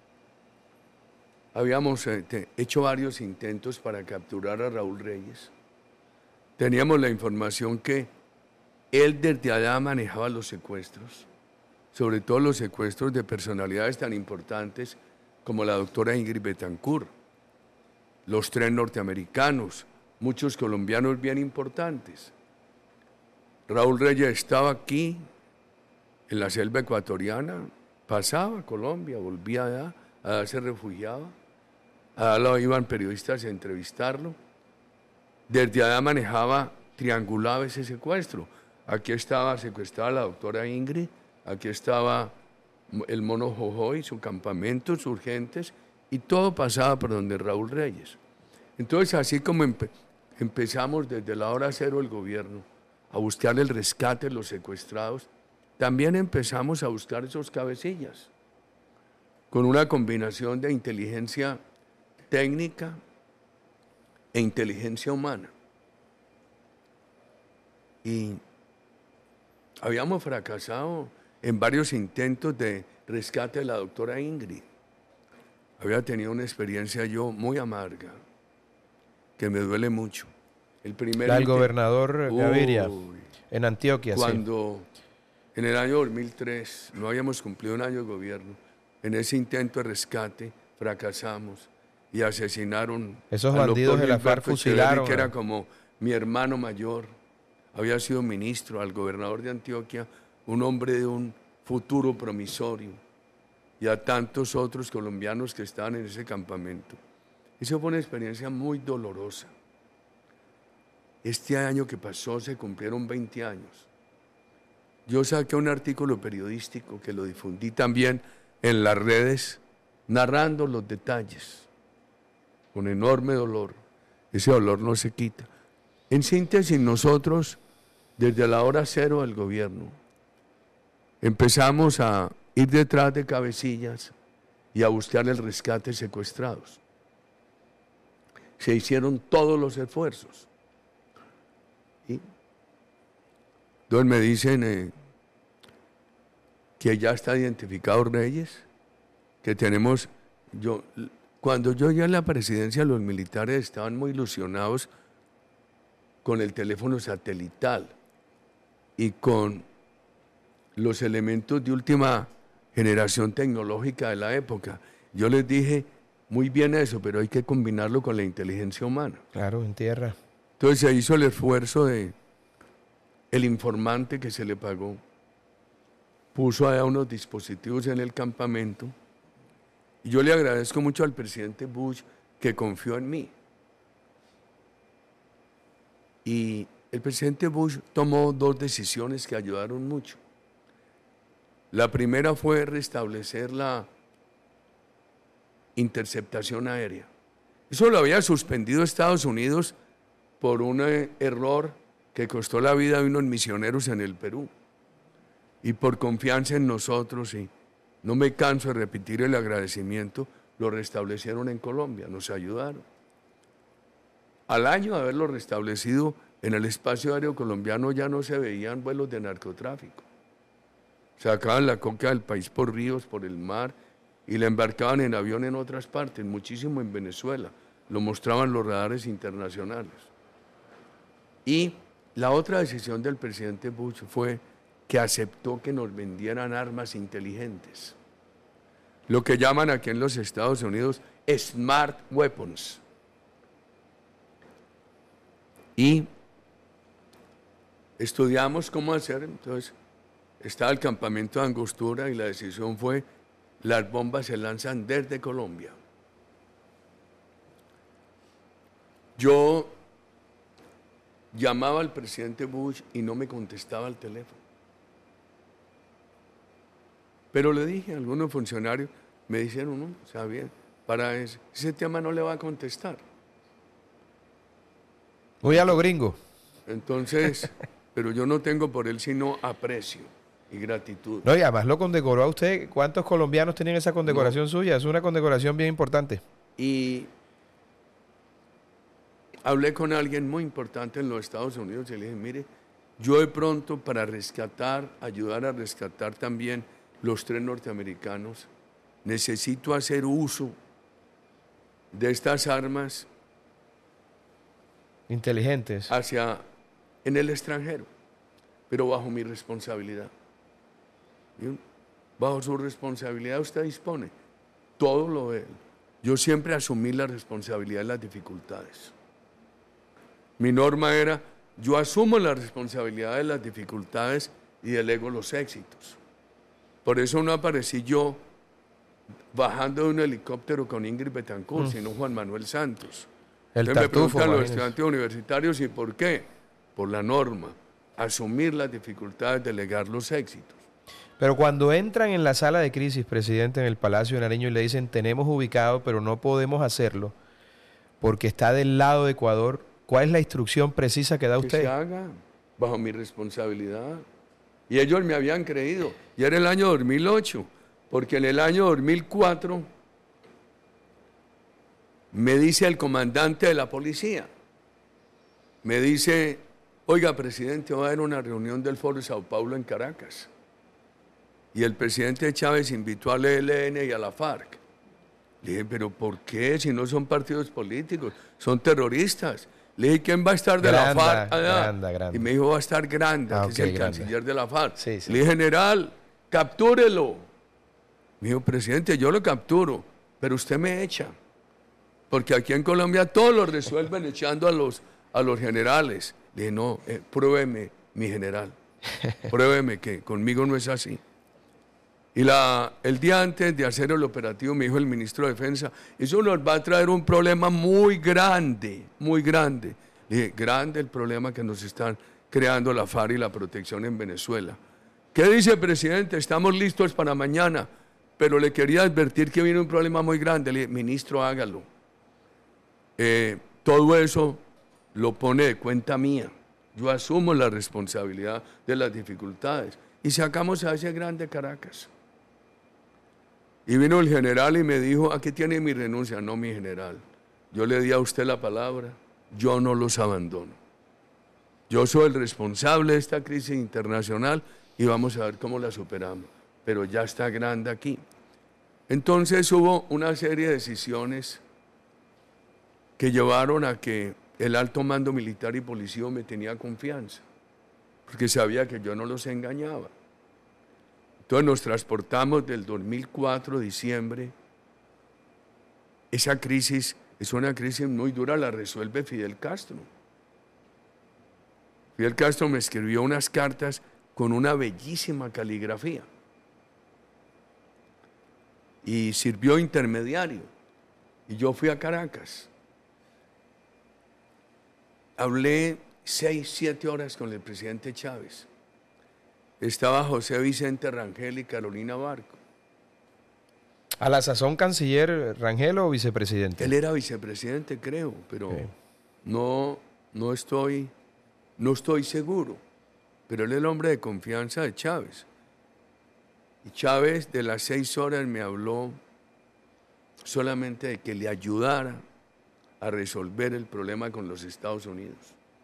Habíamos hecho varios intentos para capturar a Raúl Reyes. Teníamos la información que él desde allá manejaba los secuestros, sobre todo los secuestros de personalidades tan importantes como la doctora Ingrid Betancourt, los 3 norteamericanos, muchos colombianos bien importantes. Raúl Reyes estaba aquí, en la selva ecuatoriana, pasaba a Colombia, volvía allá, allá se refugiaba, allá iban periodistas a entrevistarlo. Desde allá manejaba, triangulaba ese secuestro. Aquí estaba secuestrada la doctora Ingrid, aquí estaba el mono Jojoy, su campamento, sus gentes, y todo pasaba por donde Raúl Reyes. Entonces, así como empezamos desde la hora cero del gobierno a buscar el rescate de los secuestrados, también empezamos a buscar esos cabecillas, con una combinación de inteligencia técnica e inteligencia humana. Y habíamos fracasado en varios intentos de rescate de la doctora Ingrid. Había tenido una experiencia yo muy amarga, que me duele mucho. El primer La del gobernador Gaviria, Uy, en Antioquia, sí. cuando en el año 2003 no habíamos cumplido un año de gobierno, en ese intento de rescate fracasamos y asesinaron Esos al bandidos doctor de la FARC Gilberto Echeverri, fusilaron que a- era como mi hermano mayor, había sido ministro, al gobernador de Antioquia, un hombre de un futuro promisorio, y a tantos otros colombianos que estaban en ese campamento. Eso fue una experiencia muy dolorosa. Este año que pasó se cumplieron 20 años. Yo saqué un artículo periodístico que lo difundí también en las redes, narrando los detalles, con enorme dolor. Ese dolor no se quita. En síntesis, nosotros, desde la hora cero del gobierno, empezamos a ir detrás de cabecillas y a buscar el rescate de secuestrados. Se hicieron todos los esfuerzos. ¿Sí? Entonces me dicen que ya está identificado Reyes, que tenemos, cuando yo llegué a la presidencia, los militares estaban muy ilusionados con el teléfono satelital y con los elementos de última generación tecnológica de la época. Yo les dije, muy bien eso, pero hay que combinarlo con la inteligencia humana. Claro, en tierra. Entonces se hizo el esfuerzo de el informante que se le pagó, puso allá unos dispositivos en el campamento, y yo le agradezco mucho al presidente Bush que confió en mí. Y el presidente Bush tomó dos decisiones que ayudaron mucho. La primera fue restablecer la interceptación aérea. Eso lo había suspendido Estados Unidos por un error que costó la vida de unos misioneros en el Perú. Y por confianza en nosotros, y no me canso de repetir el agradecimiento, lo restablecieron en Colombia, nos ayudaron. Al año de haberlo restablecido, en el espacio aéreo colombiano ya no se veían vuelos de narcotráfico. Sacaban la coca del país por ríos, por el mar, y la embarcaban en avión en otras partes, muchísimo en Venezuela. Lo mostraban los radares internacionales. Y la otra decisión del presidente Bush fue que aceptó que nos vendieran armas inteligentes. Lo que llaman aquí en los Estados Unidos Smart Weapons. Y estudiamos cómo hacer, entonces estaba el campamento de Angostura y la decisión fue, las bombas se lanzan desde Colombia. Yo llamaba al presidente Bush y no me contestaba el teléfono. Pero le dije a algunos funcionarios, me dijeron, no, o sea, bien, para ese tema no le va a contestar. Voy a lo gringo. Entonces, pero yo no tengo por él sino aprecio y gratitud. No, y además lo condecoró a usted. ¿Cuántos colombianos tienen esa condecoración suya? Es una condecoración bien importante. Y hablé con alguien muy importante en los Estados Unidos y le dije, mire, yo de pronto para rescatar, ayudar a rescatar también los 3 norteamericanos, necesito hacer uso de estas armas Inteligentes. en el extranjero, pero bajo mi responsabilidad. ¿Sí? Bajo su responsabilidad usted dispone todo lo de él. Yo siempre asumí la responsabilidad de las dificultades. Mi norma era, yo asumo la responsabilidad de las dificultades y delego los éxitos. Por eso no aparecí yo bajando de un helicóptero con Ingrid Betancourt, sino Juan Manuel Santos. El Entonces me tartufo, preguntan los imagínese. estudiantes universitarios, ¿y por qué? Por la norma, asumir las dificultades, delegar los éxitos. Pero cuando entran en la sala de crisis, presidente, en el Palacio de Nariño y le dicen, tenemos ubicado, pero no podemos hacerlo porque está del lado de Ecuador, ¿cuál es la instrucción precisa que da Que se usted? haga bajo mi responsabilidad. Y ellos me habían creído. Y era el año 2008, porque en el año 2004 me dice el comandante de la policía, me dice, oiga, presidente, va a haber una reunión del Foro de Sao Paulo en Caracas. Y el presidente Chávez invitó al ELN y a la FARC. Le dije, ¿pero por qué? Si no son partidos políticos, son terroristas. Le dije, ¿quién va a estar de la FARC allá? Granda. Y me dijo, va a estar Granda, que es el Granda. canciller de la FARC. Sí. Le dije, general, captúrelo. Me dijo, presidente, yo lo capturo, pero usted me echa. Porque aquí en Colombia todos lo resuelven echando a los generales. Le dije, no, pruébeme, mi general. Pruébeme que conmigo no es así. Y el día antes de hacer el operativo me dijo el ministro de Defensa, eso nos va a traer un problema muy grande, muy grande. Le dije, grande el problema que nos están creando la FARC y la protección en Venezuela. ¿Qué dice, presidente? Estamos listos para mañana, pero le quería advertir que viene un problema muy grande. Le dije, ministro, hágalo. Todo eso lo pone de cuenta mía. Yo asumo la responsabilidad de las dificultades. Y sacamos a ese grande Caracas. Y vino el general y me dijo, aquí tiene mi renuncia. No, mi general, yo le di a usted la palabra, yo no los abandono. Yo soy el responsable de esta crisis internacional y vamos a ver cómo la superamos. Pero ya está grande aquí. Entonces hubo una serie de decisiones que llevaron a que el alto mando militar y policía me tenía confianza, porque sabía que yo no los engañaba. Entonces nos transportamos del 2004, diciembre. Esa crisis es una crisis muy dura, la resuelve Fidel Castro. Fidel Castro me escribió unas cartas con una bellísima caligrafía y sirvió intermediario. Y yo fui a Caracas. Hablé 6, 7 horas con el presidente Chávez. Estaba José Vicente Rangel y Carolina Barco. ¿A la sazón canciller Rangel o vicepresidente? Él era vicepresidente, creo, pero Sí. no estoy seguro. Pero él es el hombre de confianza de Chávez. Y Chávez de las 6 horas me habló solamente de que le ayudara a resolver el problema con los Estados Unidos.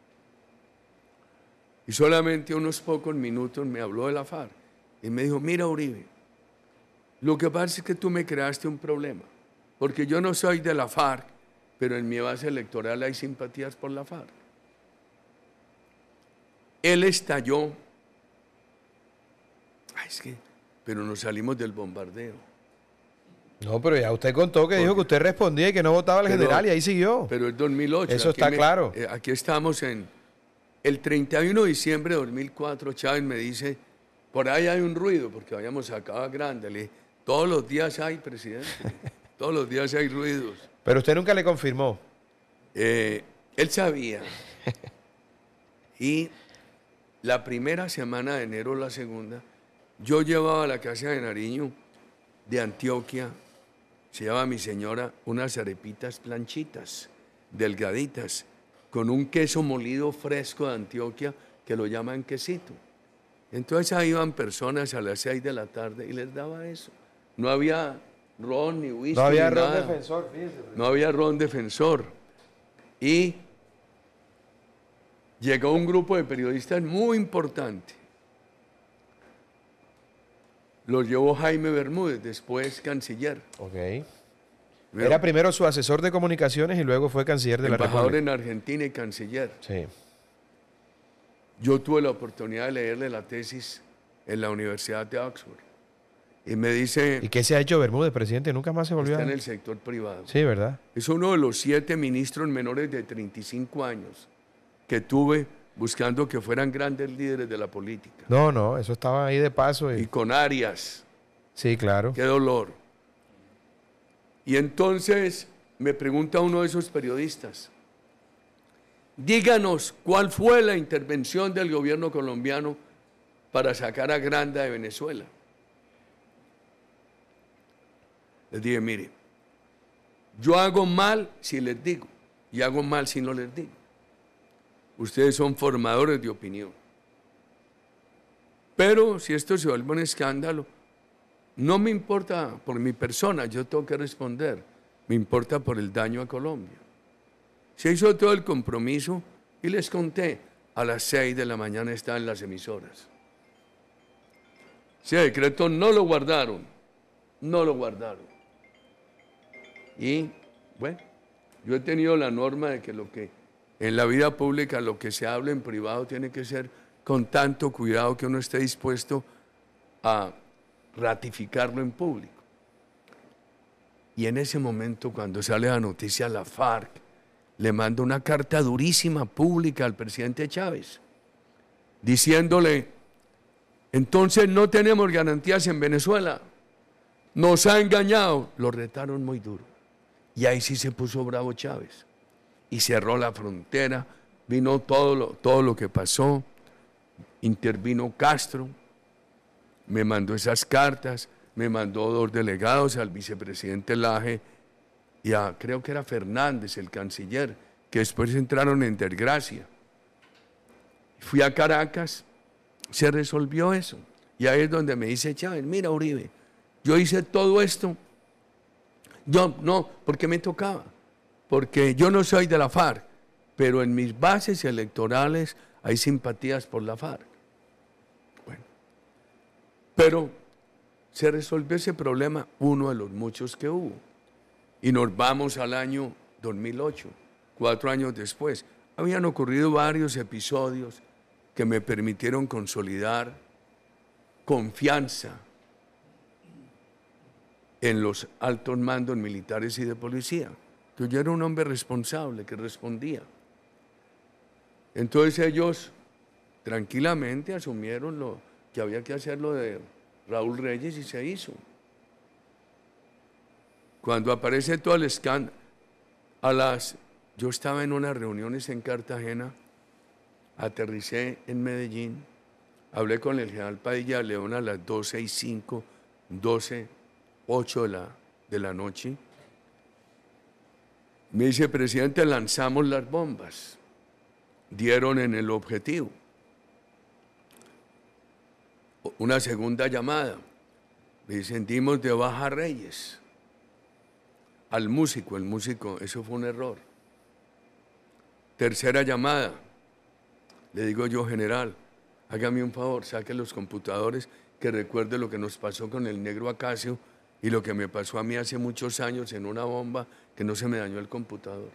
Y solamente unos pocos minutos me habló de la FARC y me dijo, mira Uribe, lo que pasa es que tú me creaste un problema, porque yo no soy de la FARC, pero en mi base electoral hay simpatías por la FARC. Él estalló, pero nos salimos del bombardeo. No, pero ya usted contó que dijo que usted respondía y que no votaba al general y ahí siguió. Pero es 2008. Eso está claro. Aquí estamos en el 31 de diciembre de 2004. Chávez me dice, por ahí hay un ruido, porque habíamos sacado a Grande. Le dije, todos los días hay, presidente. Todos los días hay ruidos. Pero usted nunca le confirmó. Él sabía. Y la primera semana de enero, la segunda, yo llevaba a la casa de Nariño de Antioquia, se llama mi señora, unas arepitas planchitas, delgaditas, con un queso molido fresco de Antioquia que lo llaman quesito. Entonces ahí iban personas a las 6 de la tarde y les daba eso. No había ron ni whisky. No había ni ron nada. defensor, fíjese. No había ron defensor. Y llegó un grupo de periodistas muy importante. Los llevó Jaime Bermúdez, después canciller. Ok. Era primero su asesor de comunicaciones y luego fue canciller de la Embajador República. en Argentina y canciller. Sí. Yo tuve la oportunidad de leerle la tesis en la Universidad de Oxford. Y me dice, ¿Y qué se ha hecho Bermúdez, presidente? Nunca más se volvió está a... en el sector privado. Sí, ¿verdad? Es uno de los 7 ministros menores de 35 años que tuve buscando que fueran grandes líderes de la política. No, eso estaba ahí de paso. Y con Arias, Sí, claro. qué dolor. Y entonces me pregunta uno de esos periodistas, díganos cuál fue la intervención del gobierno colombiano para sacar a Granda de Venezuela. Les dije, mire, yo hago mal si les digo y hago mal si no les digo. Ustedes son formadores de opinión. Pero si esto se vuelve un escándalo, no me importa por mi persona, yo tengo que responder. Me importa por el daño a Colombia. Se hizo todo el compromiso y les conté. a las 6 de la mañana estaba en las emisoras. Ese decreto no lo guardaron. Y, bueno, yo he tenido la norma de que en la vida pública lo que se habla en privado tiene que ser con tanto cuidado que uno esté dispuesto a ratificarlo en público. Y en ese momento, cuando sale la noticia, la FARC le manda una carta durísima pública al presidente Chávez, diciéndole: entonces no tenemos garantías en Venezuela, nos ha engañado. Lo retaron muy duro. Y ahí sí se puso bravo Chávez. Y cerró la frontera, vino todo lo que pasó, intervino Castro, me mandó esas cartas, me mandó 2 delegados, al vicepresidente Laje y creo que era Fernández, el canciller, que después entraron en desgracia. Fui a Caracas, se resolvió eso. Y ahí es donde me dice Chávez: mira, Uribe, yo hice todo esto. Yo no, porque me tocaba, porque yo no soy de la FARC, pero en mis bases electorales hay simpatías por la FARC. Bueno, pero se resolvió ese problema, uno de los muchos que hubo. Y nos vamos al año 2008, 4 años después. Habían ocurrido varios episodios que me permitieron consolidar confianza en los altos mandos militares y de policía. Entonces yo era un hombre responsable que respondía. Entonces ellos tranquilamente asumieron lo que había que hacer, lo de Raúl Reyes, y se hizo. Cuando aparece todo el escándalo, yo estaba en unas reuniones en Cartagena, aterricé en Medellín, hablé con el general Padilla León a las 12:05, 12:08 de la noche. Me dice: presidente, lanzamos las bombas, dieron en el objetivo. Una segunda llamada, me dicen: dimos de baja a Reyes, al músico, eso fue un error. Tercera llamada, le digo yo: general, hágame un favor, saque los computadores, que recuerde lo que nos pasó con el negro Acacio y lo que me pasó a mí hace muchos años en una bomba, que no se me dañó el computador.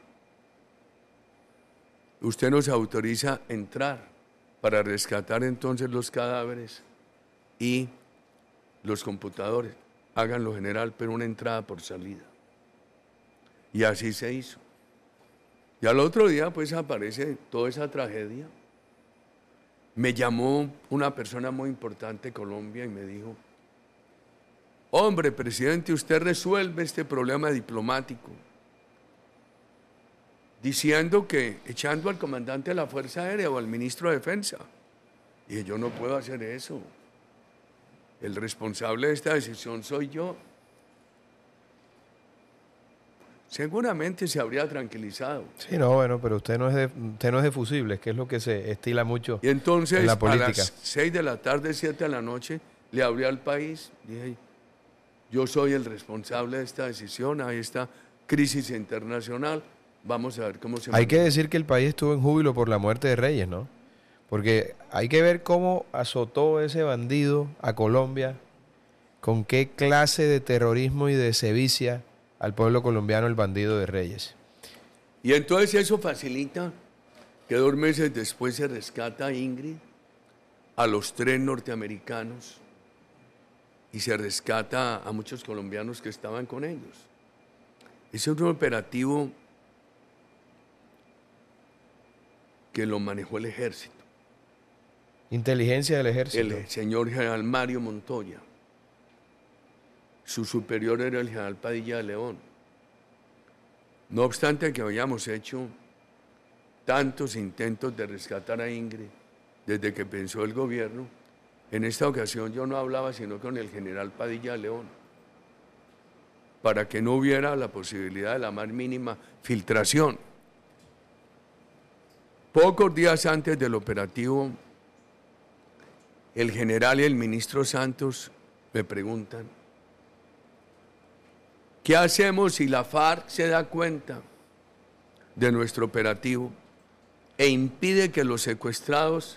Usted nos autoriza a entrar para rescatar entonces los cadáveres y los computadores. Háganlo, general, pero una entrada por salida. Y así se hizo. Y al otro día pues aparece toda esa tragedia. Me llamó una persona muy importante de Colombia y me dijo: hombre, presidente, usted resuelve este problema diplomático diciendo que echando al comandante de la Fuerza Aérea o al ministro de Defensa. Y dije: yo no puedo hacer eso. El responsable de esta decisión soy yo. Seguramente se habría tranquilizado. Sí, no, bueno, pero usted no es de fusibles, que es lo que se estila mucho y entonces, en la política. A las 6 de la tarde, 7 de la noche, le hablé al país. Dije: yo soy el responsable de esta decisión, hay esta crisis internacional, vamos a ver cómo se... Hay que decir que el país estuvo en júbilo por la muerte de Reyes, ¿no? Porque hay que ver cómo azotó ese bandido a Colombia, con qué clase de terrorismo y de sevicia al pueblo colombiano el bandido de Reyes. Y entonces eso facilita que 2 meses después se rescata a Ingrid, a los 3 norteamericanos, y se rescata a muchos colombianos que estaban con ellos. Ese es un operativo que lo manejó el ejército. Inteligencia del ejército. El señor general Mario Montoya. Su superior era el general Padilla de León. No obstante que habíamos hecho tantos intentos de rescatar a Ingrid desde que pensó el gobierno, en esta ocasión yo no hablaba sino con el general Padilla de León, para que no hubiera la posibilidad de la más mínima filtración. Pocos días antes del operativo, el general y el ministro Santos me preguntan: ¿qué hacemos si la FARC se da cuenta de nuestro operativo e impide que los secuestrados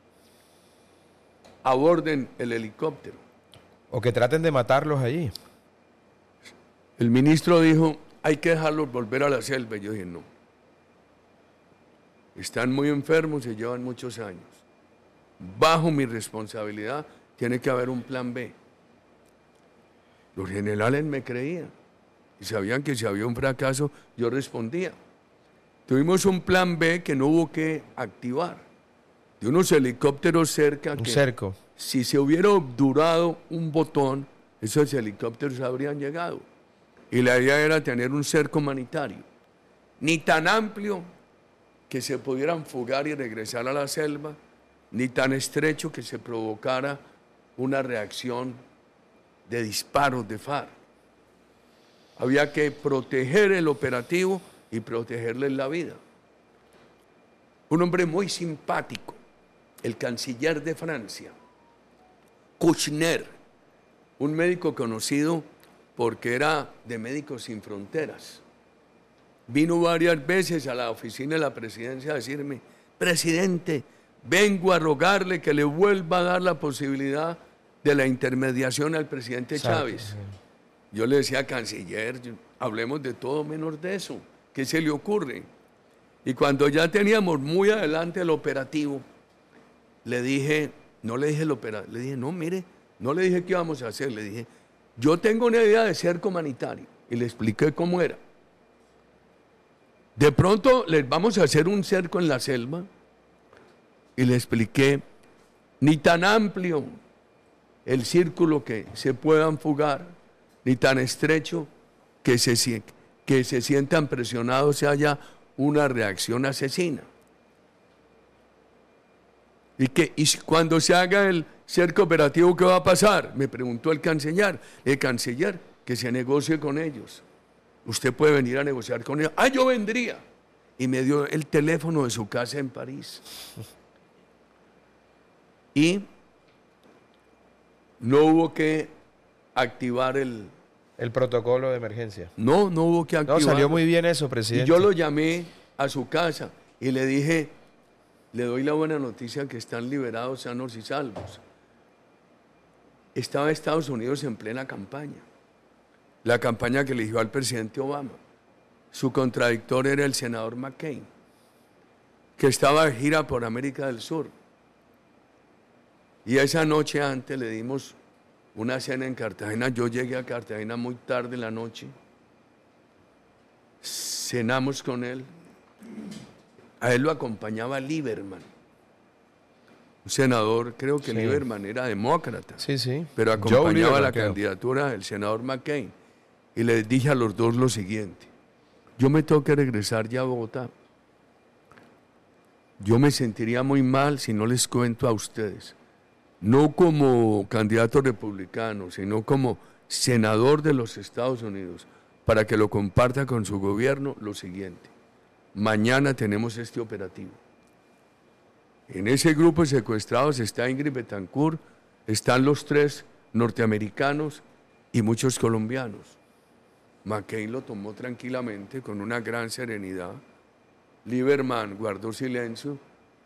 aborden el helicóptero. O que traten de matarlos allí. El ministro dijo, hay que dejarlos volver a la selva. Y yo dije, no. Están muy enfermos y llevan muchos años. Bajo mi responsabilidad, tiene que haber un plan B. Los generales me creían y sabían que si había un fracaso, yo respondía. Tuvimos un plan B que no hubo que activar. De unos helicópteros cerca. Un cerco. Si se hubiera obturado un botón, esos helicópteros habrían llegado. Y la idea era tener un cerco humanitario. Ni tan amplio que se pudieran fugar y regresar a la selva, ni tan estrecho que se provocara una reacción de disparos de FARC. Había que proteger el operativo y protegerles la vida. Un hombre muy simpático, el canciller de Francia, Kouchner, un médico conocido porque era de Médicos Sin Fronteras. Vino varias veces a la oficina de la presidencia a decirme, presidente, vengo a rogarle que le vuelva a dar la posibilidad de la intermediación al presidente Chávez. Yo le decía, canciller, hablemos de todo menos de eso. ¿Qué se le ocurre? Y cuando ya teníamos muy adelante el operativo, le dije, no le dije el operativo, le dije, no, mire, no le dije qué íbamos a hacer, le dije, yo tengo una idea de cerco humanitario. Y le expliqué cómo era. De pronto les vamos a hacer un cerco en la selva y le expliqué, ni tan amplio el círculo que se puedan fugar, ni tan estrecho que se sientan presionados y haya una reacción asesina. Y cuando se haga el cerco operativo, ¿qué va a pasar? Me preguntó el canciller. El canciller, que se negocie con ellos. Usted puede venir a negociar con ellos. Ah, yo vendría. Y me dio el teléfono de su casa en París. Y no hubo que activar el protocolo de emergencia. No hubo que activar. No, salió muy bien eso, presidente. Y yo lo llamé a su casa y le dije, le doy la buena noticia que están liberados, sanos y salvos. Estaba Estados Unidos en plena campaña. La campaña que eligió al presidente Obama. Su contradictor era el senador McCain, que estaba de gira por América del Sur. Y esa noche antes le dimos una cena en Cartagena. Yo llegué a Cartagena muy tarde en la noche. Cenamos con él. A él lo acompañaba Lieberman. Un senador, creo que sí. Lieberman era demócrata. Sí, sí. Pero acompañaba la candidatura del senador McCain. Y les dije a los dos lo siguiente. Yo me tengo que regresar ya a Bogotá. Yo me sentiría muy mal si no les cuento a ustedes. No como candidato republicano, sino como senador de los Estados Unidos, para que lo comparta con su gobierno, lo siguiente. Mañana tenemos este operativo. En ese grupo de secuestrados está Ingrid Betancourt, están los 3 norteamericanos y muchos colombianos. McCain lo tomó tranquilamente, con una gran serenidad. Lieberman guardó silencio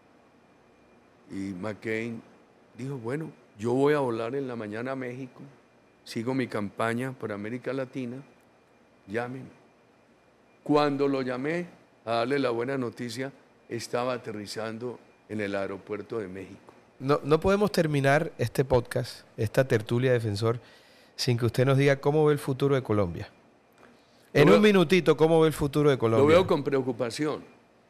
y McCain dijo, bueno, yo voy a volar en la mañana a México, sigo mi campaña por América Latina, llámenme. Cuando lo llamé a darle la buena noticia, estaba aterrizando en el aeropuerto de México. No podemos terminar este podcast, esta tertulia defensor, sin que usted nos diga cómo ve el futuro de Colombia. En un minutito, ¿cómo ve el futuro de Colombia? Lo veo con preocupación.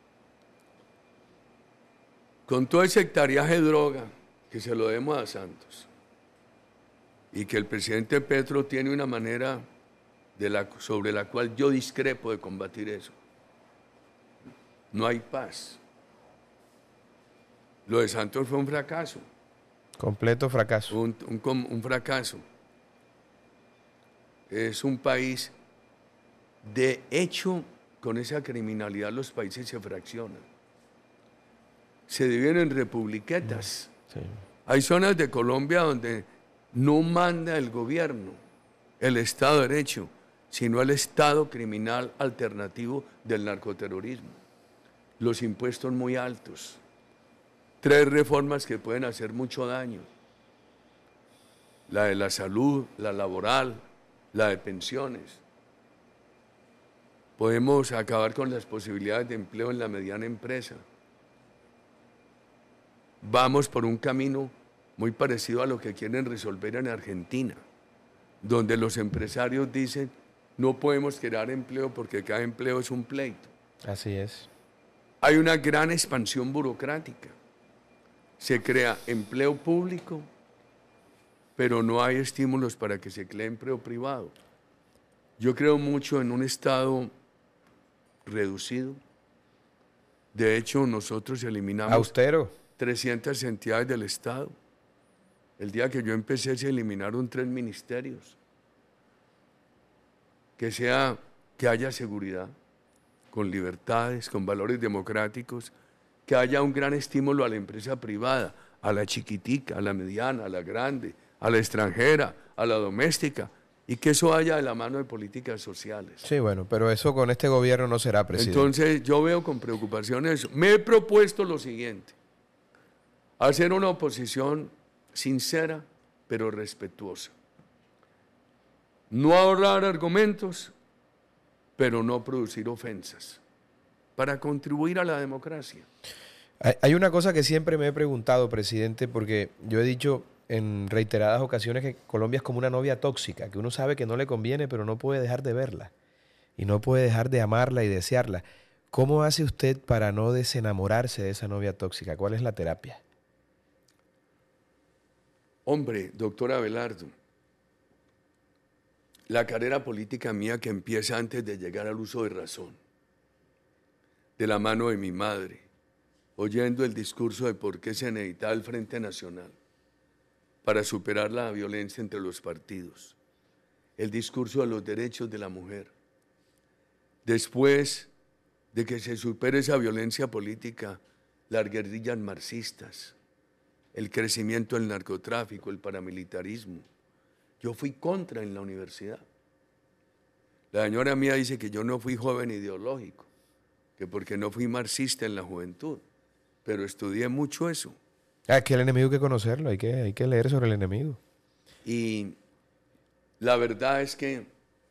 Con todo ese hectareaje de droga que se lo demos a Santos y que el presidente Petro tiene una manera sobre la cual yo discrepo de combatir eso. No hay paz. Lo de Santos fue un fracaso. Completo fracaso. Un fracaso. Es un país, de hecho, con esa criminalidad los países se fraccionan. Se dividen en republiquetas. Sí. Hay zonas de Colombia donde no manda el gobierno, el Estado de Derecho, sino el Estado criminal alternativo del narcoterrorismo. los impuestos muy altos, 3 reformas que pueden hacer mucho daño: la de la salud, la laboral, la de pensiones. Podemos acabar con las posibilidades de empleo en la mediana empresa. Vamos por un camino muy parecido a lo que quieren resolver en Argentina, donde los empresarios dicen: no podemos crear empleo porque cada empleo es un pleito. Así es. Hay una gran expansión burocrática. Se crea empleo público, pero no hay estímulos para que se cree empleo privado. Yo creo mucho en un Estado reducido. De hecho, nosotros eliminamos Austero. 300 entidades del Estado. El día que yo empecé se eliminaron 3 ministerios. Que haya seguridad, con libertades, con valores democráticos, que haya un gran estímulo a la empresa privada, a la chiquitica, a la mediana, a la grande, a la extranjera, a la doméstica, y que eso vaya de la mano de políticas sociales. Sí, bueno, pero eso con este gobierno no será, presidente. Entonces yo veo con preocupación eso. Me he propuesto lo siguiente: hacer una oposición sincera, pero respetuosa. No ahorrar argumentos, pero no producir ofensas, para contribuir a la democracia. Hay una cosa que siempre me he preguntado, presidente, porque yo he dicho en reiteradas ocasiones que Colombia es como una novia tóxica, que uno sabe que no le conviene, pero no puede dejar de verla y no puede dejar de amarla y desearla. ¿Cómo hace usted para no desenamorarse de esa novia tóxica? ¿Cuál es la terapia? Hombre, doctor Abelardo, la carrera política mía, que empieza antes de llegar al uso de razón, de la mano de mi madre, oyendo el discurso de por qué se necesitaba el Frente Nacional para superar la violencia entre los partidos, el discurso de los derechos de la mujer. Después de que se supere esa violencia política, las guerrillas marxistas, el crecimiento del narcotráfico, el paramilitarismo. Yo fui contra en la universidad. La señora mía dice que yo no fui joven ideológico, que porque no fui marxista en la juventud, pero estudié mucho eso. Es que el enemigo hay que conocerlo, hay que leer sobre el enemigo. Y la verdad es que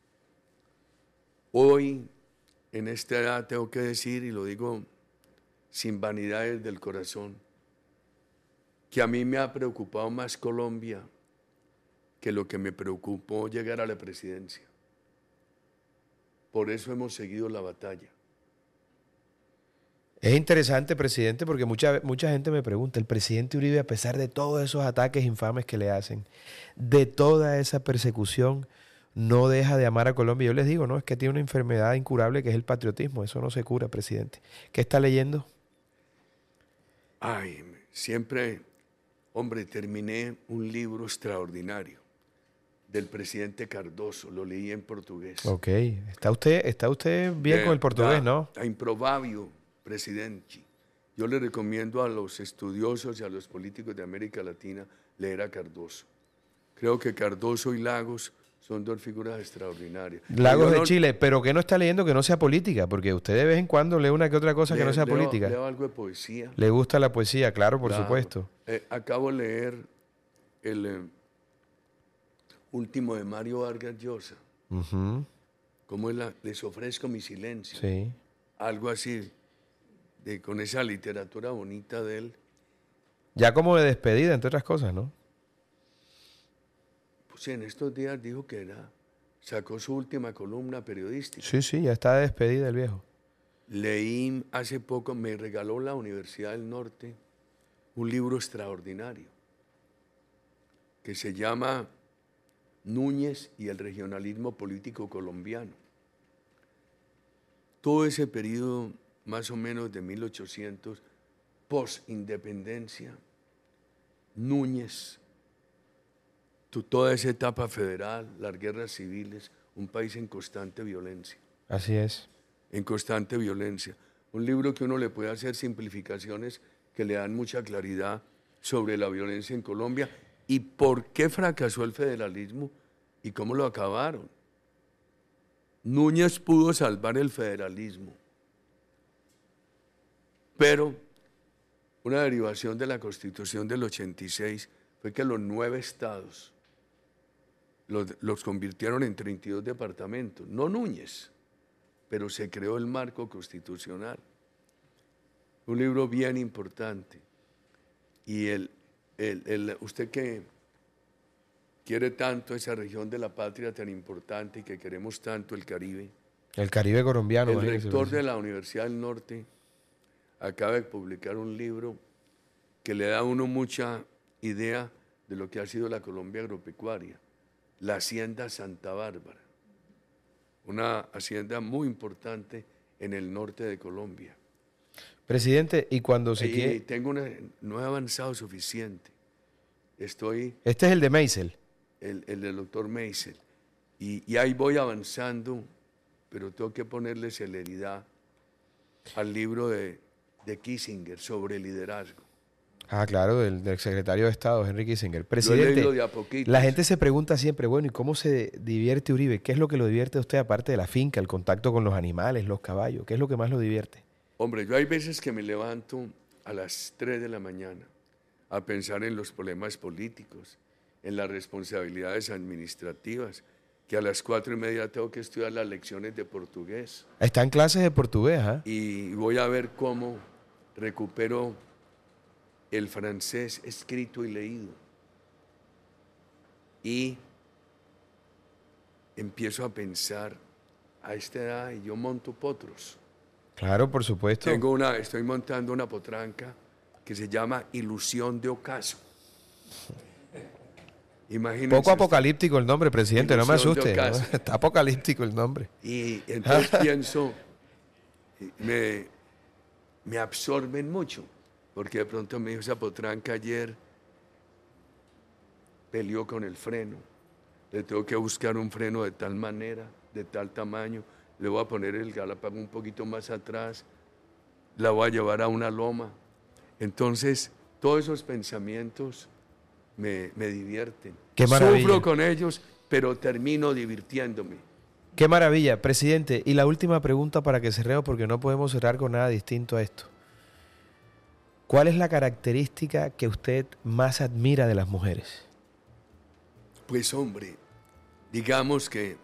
hoy, en esta edad, tengo que decir, y lo digo sin vanidades del corazón, que a mí me ha preocupado más Colombia que lo que me preocupó llegar a la presidencia. Por eso hemos seguido la batalla. Es interesante, presidente, porque mucha gente me pregunta, el presidente Uribe, a pesar de todos esos ataques infames que le hacen, de toda esa persecución, no deja de amar a Colombia. Yo les digo, no, es que tiene una enfermedad incurable que es el patriotismo. Eso no se cura, presidente. ¿Qué está leyendo? Ay, siempre, hombre, terminé un libro extraordinario del presidente Cardoso, lo leí en portugués. Ok, está usted bien con el portugués, ¿no? A improbabio presidente. Yo le recomiendo a los estudiosos y a los políticos de América Latina leer a Cardoso. Creo que Cardoso y Lagos son 2 figuras extraordinarias. Lagos de Chile, pero ¿qué no está leyendo que no sea política? Porque usted de vez en cuando lee una que otra cosa que no sea política. Leo algo de poesía. ¿Le gusta la poesía? Claro, por supuesto. Acabo de leer el último de Mario Vargas Llosa. ¿Cómo es Les ofrezco mi silencio? Sí. Algo así, con esa literatura bonita de él. Ya como de despedida, entre otras cosas, ¿no? Pues en estos días dijo que sacó su última columna periodística. Sí, ya está de despedida el viejo. Leí hace poco, me regaló la Universidad del Norte un libro extraordinario que se llama Núñez y el regionalismo político colombiano. Todo ese periodo, más o menos de 1800, post-independencia, Núñez, toda esa etapa federal, las guerras civiles, un país en constante violencia. Así es. En constante violencia. Un libro que uno le puede hacer simplificaciones que le dan mucha claridad sobre la violencia en Colombia y por qué fracasó el federalismo y cómo lo acabaron. Núñez pudo salvar el federalismo Pero una derivación de la Constitución del 86 fue que los 9 estados los convirtieron en 32 departamentos, no Núñez, pero se creó el marco constitucional. Un libro bien importante. Y usted que quiere tanto esa región de la patria tan importante y que queremos tanto el Caribe. El Caribe colombiano. El rector de la Universidad del Norte acaba de publicar un libro que le da a uno mucha idea de lo que ha sido la Colombia agropecuaria, la Hacienda Santa Bárbara, una hacienda muy importante en el norte de Colombia. Presidente, y cuando se quiere... No he avanzado suficiente. Este es el de Meisel. El del doctor Meisel. Y ahí voy avanzando, pero tengo que ponerle celeridad al libro de Kissinger sobre liderazgo. Ah, claro, del secretario de Estado, Henry Kissinger. Presidente, la gente se pregunta siempre, bueno, ¿y cómo se divierte Uribe? ¿Qué es lo que lo divierte a usted aparte de la finca, el contacto con los animales, los caballos? ¿Qué es lo que más lo divierte? Hombre, yo hay veces que me levanto a las 3 de la mañana a pensar en los problemas políticos, en las responsabilidades administrativas, que a las 4:30 tengo que estudiar las lecciones de portugués. Está en clases de portugués, ¿ah? Y voy a ver cómo recupero el francés escrito y leído. Y empiezo a pensar, a esta edad, y yo monto potros. Claro, por supuesto. Estoy montando una potranca que se llama Ilusión de Ocaso. Imagínense. Poco apocalíptico el nombre, presidente, no me asuste. ¿No? Está apocalíptico el nombre. Y entonces pienso, me absorben mucho, porque de pronto me dijo, esa potranca ayer peleó con el freno. Le tengo que buscar un freno de tal manera, de tal tamaño. Le voy a poner el Galápago un poquito más atrás, la voy a llevar a una loma. Entonces, todos esos pensamientos me divierten. Qué maravilla. Sufro con ellos, pero termino divirtiéndome. Qué maravilla, presidente. Y la última pregunta para que cerremos, porque no podemos cerrar con nada distinto a esto. ¿Cuál es la característica que usted más admira de las mujeres? Pues hombre, digamos que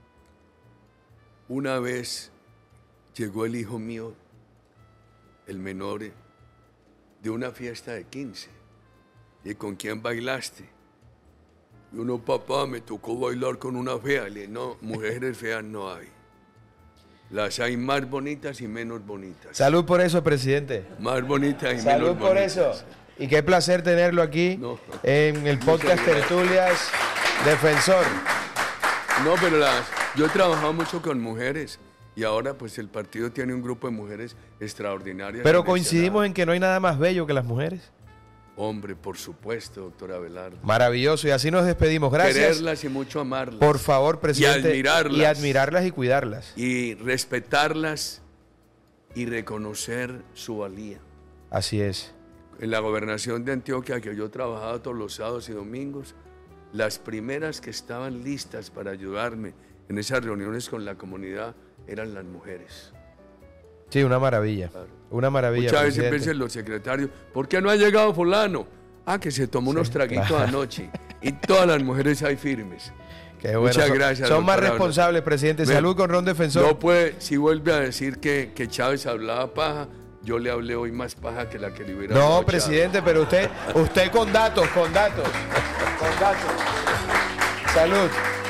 una vez llegó el hijo mío, el menor, de una fiesta de 15. ¿Y con quién bailaste? Y uno, papá, me tocó bailar con una fea. Le dije, no, mujeres feas no hay. Las hay más bonitas y menos bonitas. Salud por eso, presidente. Más bonitas y menos bonitas. Salud por eso. Y qué placer tenerlo aquí en el podcast Tertulias Defensor. No, pero yo he trabajado mucho con mujeres y ahora pues el partido tiene un grupo de mujeres extraordinarias. Pero coincidimos en que no hay nada más bello que las mujeres. Hombre, por supuesto, doctor Abelardo. Maravilloso, y así nos despedimos. Gracias. Quererlas y mucho amarlas. Por favor, presidente. Y admirarlas y cuidarlas. Y respetarlas y reconocer su valía. Así es. En la gobernación de Antioquia, que yo trabajaba todos los sábados y domingos, las primeras que estaban listas para ayudarme en esas reuniones con la comunidad eran las mujeres. Sí, una maravilla. Claro. Una maravilla. Muchas veces piensan los secretarios, ¿por qué no ha llegado fulano? Ah, que se tomó unos traguitos anoche. Y todas las mujeres ahí firmes. Qué bueno. Muchas gracias. Son más responsables, presidente. Salud con Ron Defensor. No puede, si vuelve a decir que Chávez hablaba paja, yo le hablé hoy más paja que la que le hubiera hablado. No, presidente, pero usted con datos. Salud.